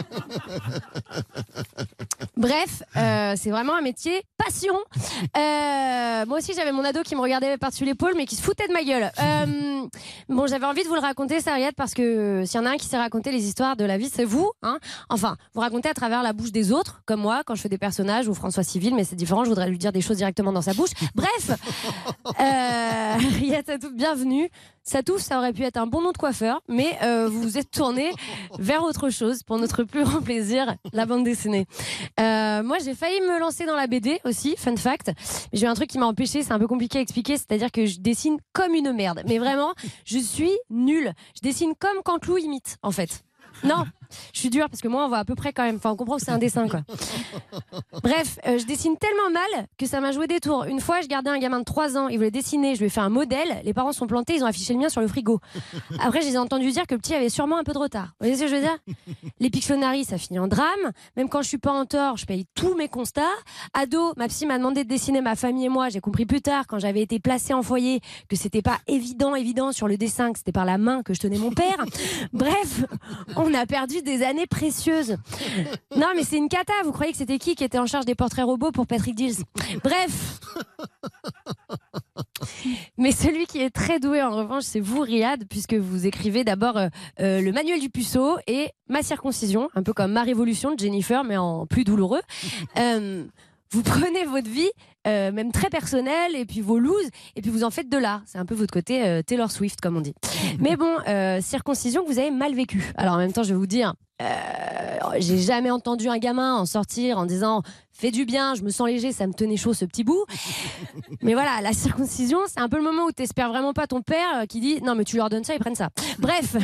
Bref, euh, c'est vraiment un métier passion. Euh, moi aussi j'avais mon ado qui me regardait par-dessus l'épaule mais qui se foutait de ma gueule. Euh, bon j'avais envie de vous le raconter ça Riyad parce que s'il y en a un qui sait raconter les histoires de la vie c'est vous hein. Enfin vous racontez à travers la bouche des autres comme moi quand je fais des personnages ou François Civil mais c'est différent, je voudrais lui dire des choses directement dans sa bouche. Bref, euh, Riyad Satouf, bienvenue. Satouf, ça aurait pu être un bon nom de coiffeur, mais euh, vous vous êtes tourné vers autre chose pour notre plus grand plaisir, la bande dessinée. Euh, moi, j'ai failli me lancer dans la B D aussi, fun fact. Mais j'ai eu un truc qui m'a empêché, c'est un peu compliqué à expliquer, c'est-à-dire que je dessine comme une merde. Mais vraiment, je suis nulle. Je dessine comme Canteloup imite, en fait. Non, je suis dure parce que moi on voit à peu près quand même. Enfin, on comprend que c'est un dessin quoi. Bref, euh, je dessine tellement mal que ça m'a joué des tours. Une fois, je gardais un gamin de trois ans, il voulait dessiner, je lui ai fait un modèle. Les parents sont plantés, ils ont affiché le mien sur le frigo. Après, je les ai entendus dire que le petit avait sûrement un peu de retard. Vous voyez ce que je veux dire? Les Pictionary, ça finit en drame. Même quand je suis pas en tort, je paye tous mes constats. Ado, ma psy m'a demandé de dessiner ma famille et moi. J'ai compris plus tard, quand j'avais été placée en foyer, que c'était pas évident, évident sur le dessin, que c'était par la main que je tenais mon père. Bref, on a perdu des années précieuses. Non, mais c'est une cata. Vous croyez que c'était qui qui était en charge des portraits robots pour Patrick Dills? Bref. Mais celui qui est très doué, en revanche, c'est vous, Riyad, puisque vous écrivez d'abord euh, euh, le manuel du puceau et ma circoncision, un peu comme ma révolution de Jennifer, mais en plus douloureux. Euh, vous prenez votre vie, euh, même très personnelle, et puis vos looses, et puis vous en faites de l'art. C'est un peu votre côté euh, Taylor Swift, comme on dit. Mais bon, euh, circoncision que vous avez mal vécue. Alors en même temps, je vais vous dire, euh, j'ai jamais entendu un gamin en sortir en disant fait du bien, je me sens léger, ça me tenait chaud ce petit bout. Mais voilà, la circoncision, c'est un peu le moment où t'espères vraiment pas ton père euh, qui dit non mais tu leur donnes ça, ils prennent ça. Bref.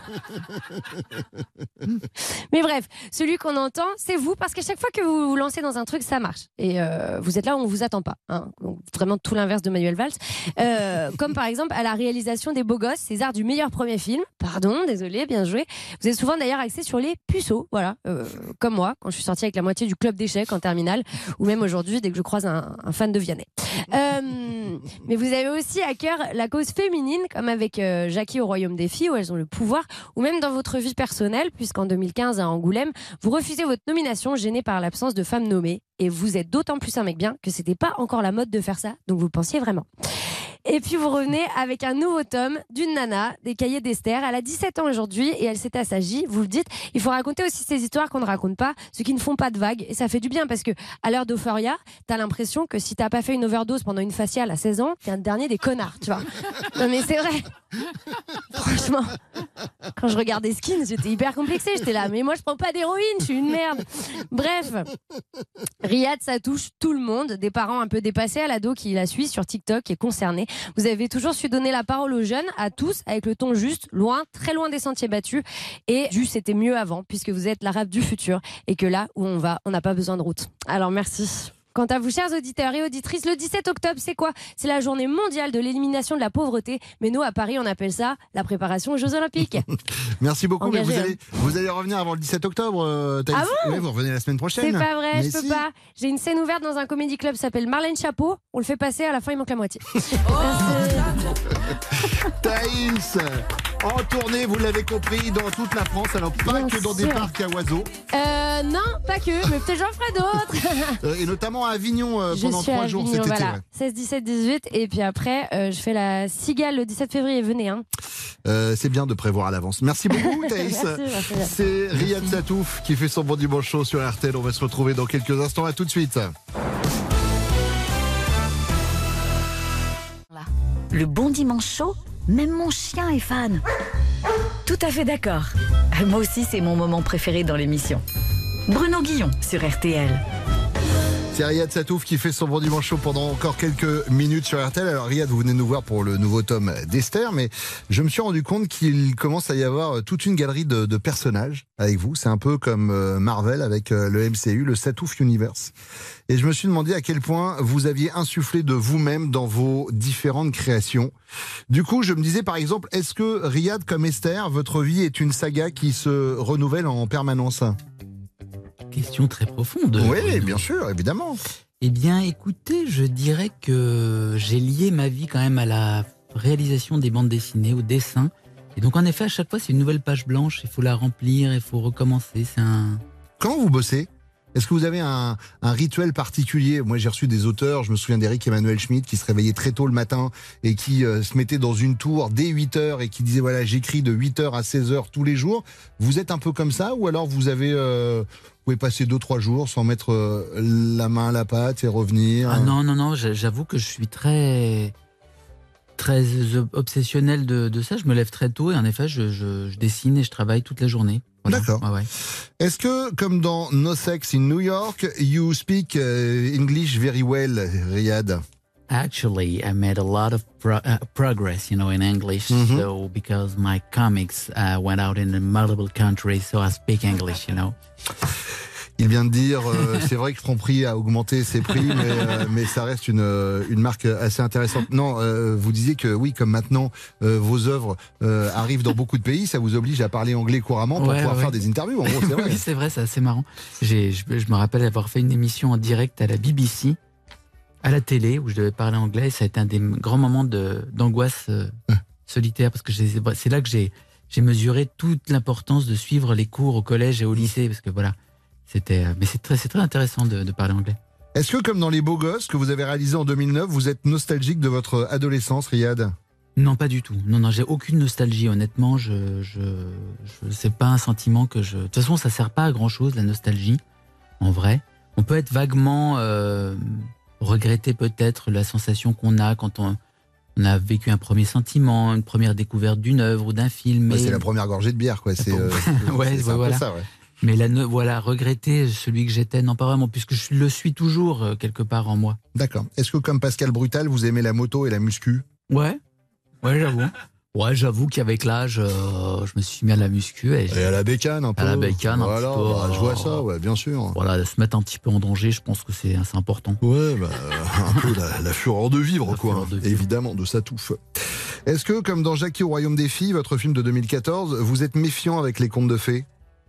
Mais bref, celui qu'on entend, c'est vous, parce qu'à chaque fois que vous vous lancez dans un truc, ça marche. Et euh, vous êtes là où on vous attend pas. Hein. Donc, vraiment tout l'inverse de Manuel Valls. Euh, comme par exemple à la réalisation des Beaux Gosses, César du meilleur premier film. Pardon, désolé, bien joué. Vous êtes souvent d'ailleurs axé sur les puceaux, voilà, euh, comme moi, quand je suis sortie avec la moitié du club d'échecs en terminale, ou même aujourd'hui dès que je croise un, un fan de Vianney. Euh, mais vous avez aussi à cœur la cause féminine, comme avec euh, Jackie au Royaume des filles, où elles ont le pouvoir, ou même dans votre vie personnelle, puisqu'en deux mille quinze à Angoulême, vous refusez votre nomination gênée par l'absence de femmes nommées, et vous êtes d'autant plus un mec bien que c'était pas encore la mode de faire ça, donc vous pensiez vraiment. Et puis vous revenez avec un nouveau tome d'une nana, des cahiers d'Esther. Elle a dix-sept ans aujourd'hui et elle s'est assagie, vous le dites. Il faut raconter aussi ces histoires qu'on ne raconte pas, ceux qui ne font pas de vagues. Et ça fait du bien parce que à l'heure d'Euphoria, t'as l'impression que si t'as pas fait une overdose pendant une faciale à seize ans, t'es un dernier des connards, tu vois. Non mais c'est vrai. Franchement, quand je regardais Skins, j'étais hyper complexée. J'étais là, mais moi je prends pas d'héroïne, je suis une merde. Bref, Riyad, ça touche tout le monde. Des parents un peu dépassés à l'ado qui la suit sur TikTok et concernés. Vous avez toujours su donner la parole aux jeunes, à tous, avec le ton juste, loin, très loin des sentiers battus. Et juste, c'était mieux avant, puisque vous êtes l'arabe du futur. Et que là où on va, on n'a pas besoin de route. Alors merci. Quant à vous, chers auditeurs et auditrices, le dix-sept octobre, c'est quoi? C'est la journée mondiale de l'élimination de la pauvreté. Mais nous, à Paris, on appelle ça la préparation aux Jeux Olympiques. Merci beaucoup. Engagé, mais vous, hein. allez, vous allez revenir avant le dix-sept octobre. Euh, ah bon? Oui, vous revenez la semaine prochaine. C'est pas vrai, mais je peux si. pas. J'ai une scène ouverte dans un comédie club qui s'appelle Marlène Chapeau. On le fait passer, à la fin, il manque la moitié. Thaïs, en tournée, vous l'avez compris, dans toute la France. Alors, pas Bien que dans sûr. des parcs à oiseaux. Euh, non, pas que, mais peut-être j'en ferai d'autres. Euh, et notamment à Avignon euh, Je pendant suis trois à jours Avignon, cet été. voilà. ouais. seize, dix-sept, dix-huit. Et puis après, euh, je fais la Cigale le dix-sept février. Venez, hein. Euh, c'est bien de prévoir à l'avance. Merci beaucoup, Thaïs. Merci, merci, merci. C'est Riyad Satouf qui fait son bon dimanche chaud sur R T L. On va se retrouver dans quelques instants. À tout de suite. Le bon dimanche chaud, même mon chien est fan. Tout à fait d'accord. Moi aussi, c'est mon moment préféré dans l'émission. Bruno Guillon sur R T L. C'est Riyad Satouf qui fait son bon dimanche chaud pendant encore quelques minutes sur R T L. Alors Riyad, vous venez nous voir pour le nouveau tome d'Esther, mais je me suis rendu compte qu'il commence à y avoir toute une galerie de, de personnages avec vous. C'est un peu comme Marvel avec le M C U, le Satouf Universe. Et je me suis demandé à quel point vous aviez insufflé de vous-même dans vos différentes créations. Du coup, je me disais par exemple, est-ce que Riyad, comme Esther, votre vie est une saga qui se renouvelle en permanence ? Question très profonde. Oui, bien sûr, évidemment. Eh bien, écoutez, je dirais que j'ai lié ma vie quand même à la réalisation des bandes dessinées, au dessin. Et donc, en effet, à chaque fois, c'est une nouvelle page blanche. Il faut la remplir, il faut recommencer. C'est un... Comment vous bossez ? Est-ce que vous avez un, un rituel particulier ? Moi, j'ai reçu des auteurs, je me souviens d'Éric Emmanuel Schmitt, qui se réveillait très tôt le matin et qui euh, se mettait dans une tour dès huit heures et qui disait, voilà, j'écris de huit heures à seize heures tous les jours. Vous êtes un peu comme ça ? Ou alors vous avez... Euh, vous pouvez passer deux, trois jours sans mettre euh, la main à la pâte et revenir ? Ah non, non, non, j'avoue que je suis très... très obsessionnel de, de ça. Je me lève très tôt et en effet, je, je, je dessine et je travaille toute la journée. Voilà. D'accord. Ah ouais. Est-ce que, comme dans No Sex in New York, you speak uh, English very well, Riyad? Actually, I made a lot of pro- uh, progress, you know, in English. Mhm. So, because my comics uh, went out in multiple countries, so I speak English, you know. Il vient de dire, euh, c'est vrai que Franprix a augmenté ses prix, mais, euh, mais ça reste une, une marque assez intéressante. Non, euh, vous disiez que oui, comme maintenant euh, vos œuvres euh, arrivent dans beaucoup de pays, ça vous oblige à parler anglais couramment pour Ouais, pouvoir ouais. faire des interviews. En gros, c'est vrai. Oui, c'est vrai, c'est assez marrant. J'ai, je, je me rappelle avoir fait une émission en direct à la B B C, à la télé, où je devais parler anglais. Et ça a été un des grands moments de, d'angoisse euh, solitaire, parce que j'ai, c'est là que j'ai, j'ai mesuré toute l'importance de suivre les cours au collège et au lycée, parce que voilà. C'était, mais c'est très, c'est très intéressant de, de parler anglais. Est-ce que, comme dans Les Beaux Gosses que vous avez réalisé en deux mille neuf, vous êtes nostalgique de votre adolescence, Riyad ? Non, pas du tout. Non, non, j'ai aucune nostalgie. Honnêtement, je, je, je c'est pas un sentiment que je. De toute façon, ça sert pas à grand chose, la nostalgie. En vrai, on peut être vaguement euh, regretter peut-être la sensation qu'on a quand on, on a vécu un premier sentiment, une première découverte d'une œuvre ou d'un film. Ouais, mais... c'est la première gorgée de bière, quoi. C'est, euh, ouais, c'est, c'est ouais, un voilà. peu ça, ouais. Mais là, ne, voilà, regretter celui que j'étais, non pas vraiment, puisque je le suis toujours euh, quelque part en moi. D'accord. Est-ce que comme Pascal Brutal, vous aimez la moto et la muscu? Ouais, ouais, j'avoue. Ouais, j'avoue qu'avec l'âge, euh, je me suis mis à la muscu. Et, et à la bécane un peu. À la bécane voilà, un petit peu. Bah, je vois ça, ouais, bien sûr. Voilà, se mettre un petit peu en danger, je pense que c'est assez important. Ouais, bah, un peu la, la fureur de vivre, la quoi. De vivre. Évidemment, de Satouf. Est-ce que, comme dans Jackie au Royaume des Filles, votre film de deux mille quatorze, vous êtes méfiant avec les contes de fées?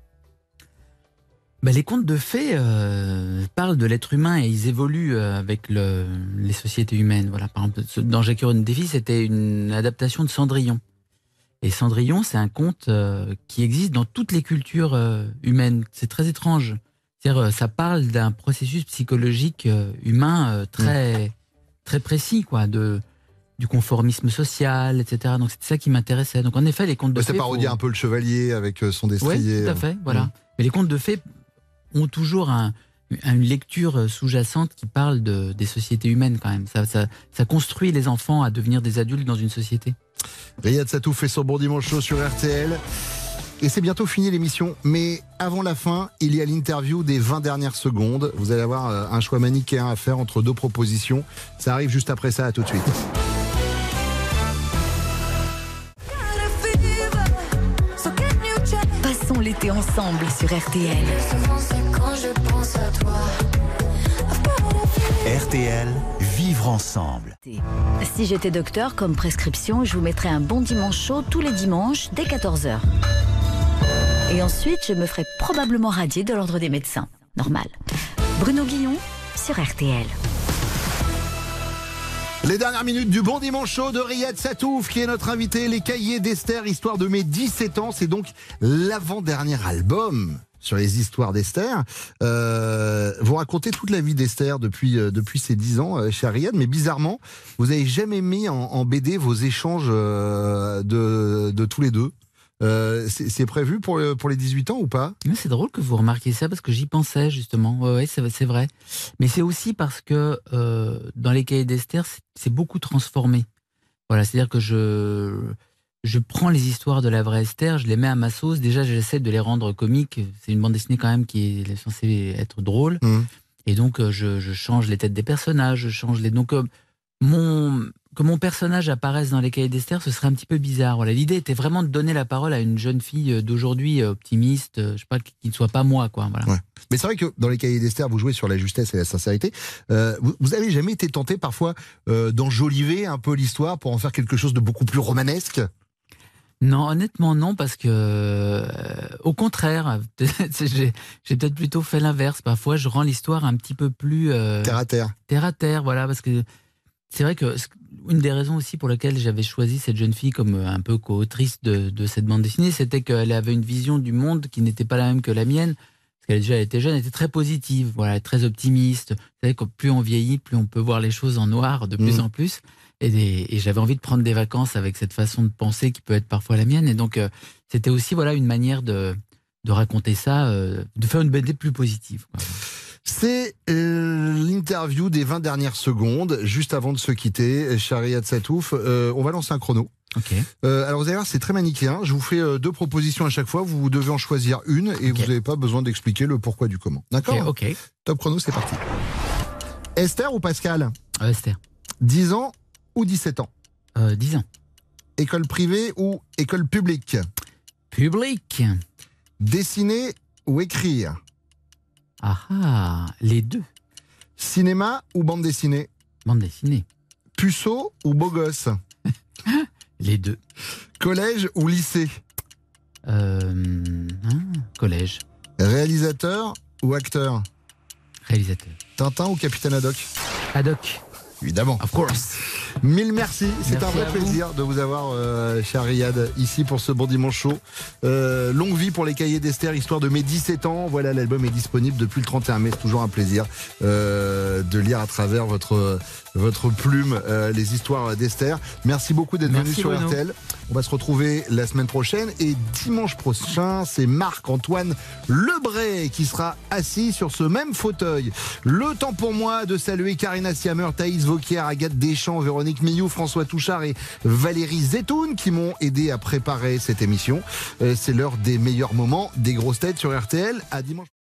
Bah, les contes de fées euh, parlent de l'être humain et ils évoluent euh, avec le, les sociétés humaines. Voilà, par exemple, dans Jackie au Royaume des Filles, c'était une adaptation de Cendrillon. Et Cendrillon, c'est un conte euh, qui existe dans toutes les cultures euh, humaines. C'est très étrange. C'est-à-dire, euh, ça parle d'un processus psychologique euh, humain euh, très, mmh. très précis, quoi, de, du conformisme social, et cetera. Donc, c'était ça qui m'intéressait. Donc, en effet, les contes de ouais, fées... Ça parodie faut... un peu le chevalier avec son destrier. Oui, tout à fait, voilà. Mmh. Mais les contes de fées ont toujours un, une lecture sous-jacente qui parle de, des sociétés humaines, quand même. Ça, ça, ça construit les enfants à devenir des adultes dans une société. Riyad Satouf fait son Bon Dimanche Show sur R T L. Et c'est bientôt fini l'émission. Mais avant la fin, il y a l'interview des vingt dernières secondes. Vous allez avoir un choix manichéen à faire entre deux propositions. Ça arrive juste après ça, à tout de suite. Passons l'été ensemble sur R T L. R T L, vivre ensemble. Si j'étais docteur, comme prescription, je vous mettrais un Bon Dimanche Show tous les dimanches dès quatorze heures. Et ensuite, je me ferais probablement radier de l'ordre des médecins. Normal. Bruno Guillon sur R T L. Les dernières minutes du Bon Dimanche Show de Riyad Satouf, qui est notre invité. Les Cahiers d'Esther, histoire de mes dix-sept ans. C'est donc l'avant-dernier album sur les histoires d'Esther. Euh, vous racontez toute la vie d'Esther depuis, euh, depuis ses dix ans euh, chez Riyad, mais bizarrement, vous n'avez jamais mis en, en B D vos échanges euh, de, de tous les deux. Euh, c'est, c'est prévu pour, pour les dix-huit ans ou pas? Mais c'est drôle que vous remarquiez ça parce que j'y pensais justement. Ouais, ouais, c'est, c'est vrai. Mais c'est aussi parce que euh, dans les Cahiers d'Esther, c'est, c'est beaucoup transformé. Voilà, c'est-à-dire que je... Je prends les histoires de la vraie Esther, je les mets à ma sauce. Déjà, j'essaie de les rendre comiques. C'est une bande dessinée quand même qui est censée être drôle. Mmh. Et donc, je, je change les têtes des personnages, je change les... Donc, euh, mon... que mon personnage apparaisse dans les Cahiers d'Esther, ce serait un petit peu bizarre. Voilà, l'idée était vraiment de donner la parole à une jeune fille d'aujourd'hui, optimiste, je sais pas, qui ne soit pas moi, quoi. Voilà. Ouais. Mais c'est vrai que dans les Cahiers d'Esther, vous jouez sur la justesse et la sincérité. Euh, vous, vous avez jamais été tenté parfois euh, d'enjoliver un peu l'histoire pour en faire quelque chose de beaucoup plus romanesque? Non, honnêtement non, parce que euh, au contraire, j'ai, j'ai peut-être plutôt fait l'inverse. Parfois, je rends l'histoire un petit peu plus euh, terre à terre. Terre à terre, voilà, parce que c'est vrai que une des raisons aussi pour laquelle j'avais choisi cette jeune fille comme un peu co-autrice de, de cette bande dessinée, c'était qu'elle avait une vision du monde qui n'était pas la même que la mienne. Parce qu'elle déjà elle était jeune, elle était très positive, voilà, très optimiste. Vous savez que plus on vieillit, plus on peut voir les choses en noir de plus mmh. en plus. Et, des, et j'avais envie de prendre des vacances avec cette façon de penser qui peut être parfois la mienne. Et donc, euh, c'était aussi voilà, une manière de, de raconter ça, euh, de faire une B D plus positive, quoi. C'est euh, l'interview des vingt dernières secondes, juste avant de se quitter, chez Riyad Satouf. Euh, on va lancer un chrono. Okay. Euh, alors vous allez voir, c'est très manichéen. Je vous fais euh, deux propositions à chaque fois. Vous devez en choisir une et okay. vous n'avez pas besoin d'expliquer le pourquoi du comment. D'accord ? Ok. okay. Top chrono, c'est parti. Esther ou Pascal ? euh, Esther. dix ans ou dix-sept ans ? euh, dix ans. École privée ou école publique ? Publique. Dessiner ou écrire ? Ah ah, les deux. Cinéma ou bande dessinée ? Bande dessinée. Puceau ou beau gosse ? Les deux. Collège ou lycée ? euh, hein, Collège. Réalisateur ou acteur ? Réalisateur. Tintin ou Capitaine Haddock ? Haddock. Évidemment. Of course. Mille merci. C'est merci un vrai plaisir vous. de vous avoir, euh, cher Riyad, ici pour ce Bon Dimanche Show. Euh, longue vie pour les Cahiers d'Esther, histoire de mes dix-sept ans. Voilà, l'album est disponible depuis le trente et un mai. C'est toujours un plaisir euh, de lire à travers votre, votre plume euh, les histoires d'Esther. Merci beaucoup d'être venu sur Bruno. R T L. On va se retrouver la semaine prochaine. Et dimanche prochain, c'est Marc-Antoine Lebray qui sera assis sur ce même fauteuil. Le temps pour moi de saluer Karina Siamer, Thaïs Vauquier, Agathe Deschamps, Véronique Milloux, François Touchard et Valérie Zetoun qui m'ont aidé à préparer cette émission. Euh, c'est l'heure des meilleurs moments des grosses têtes sur R T L. À dimanche.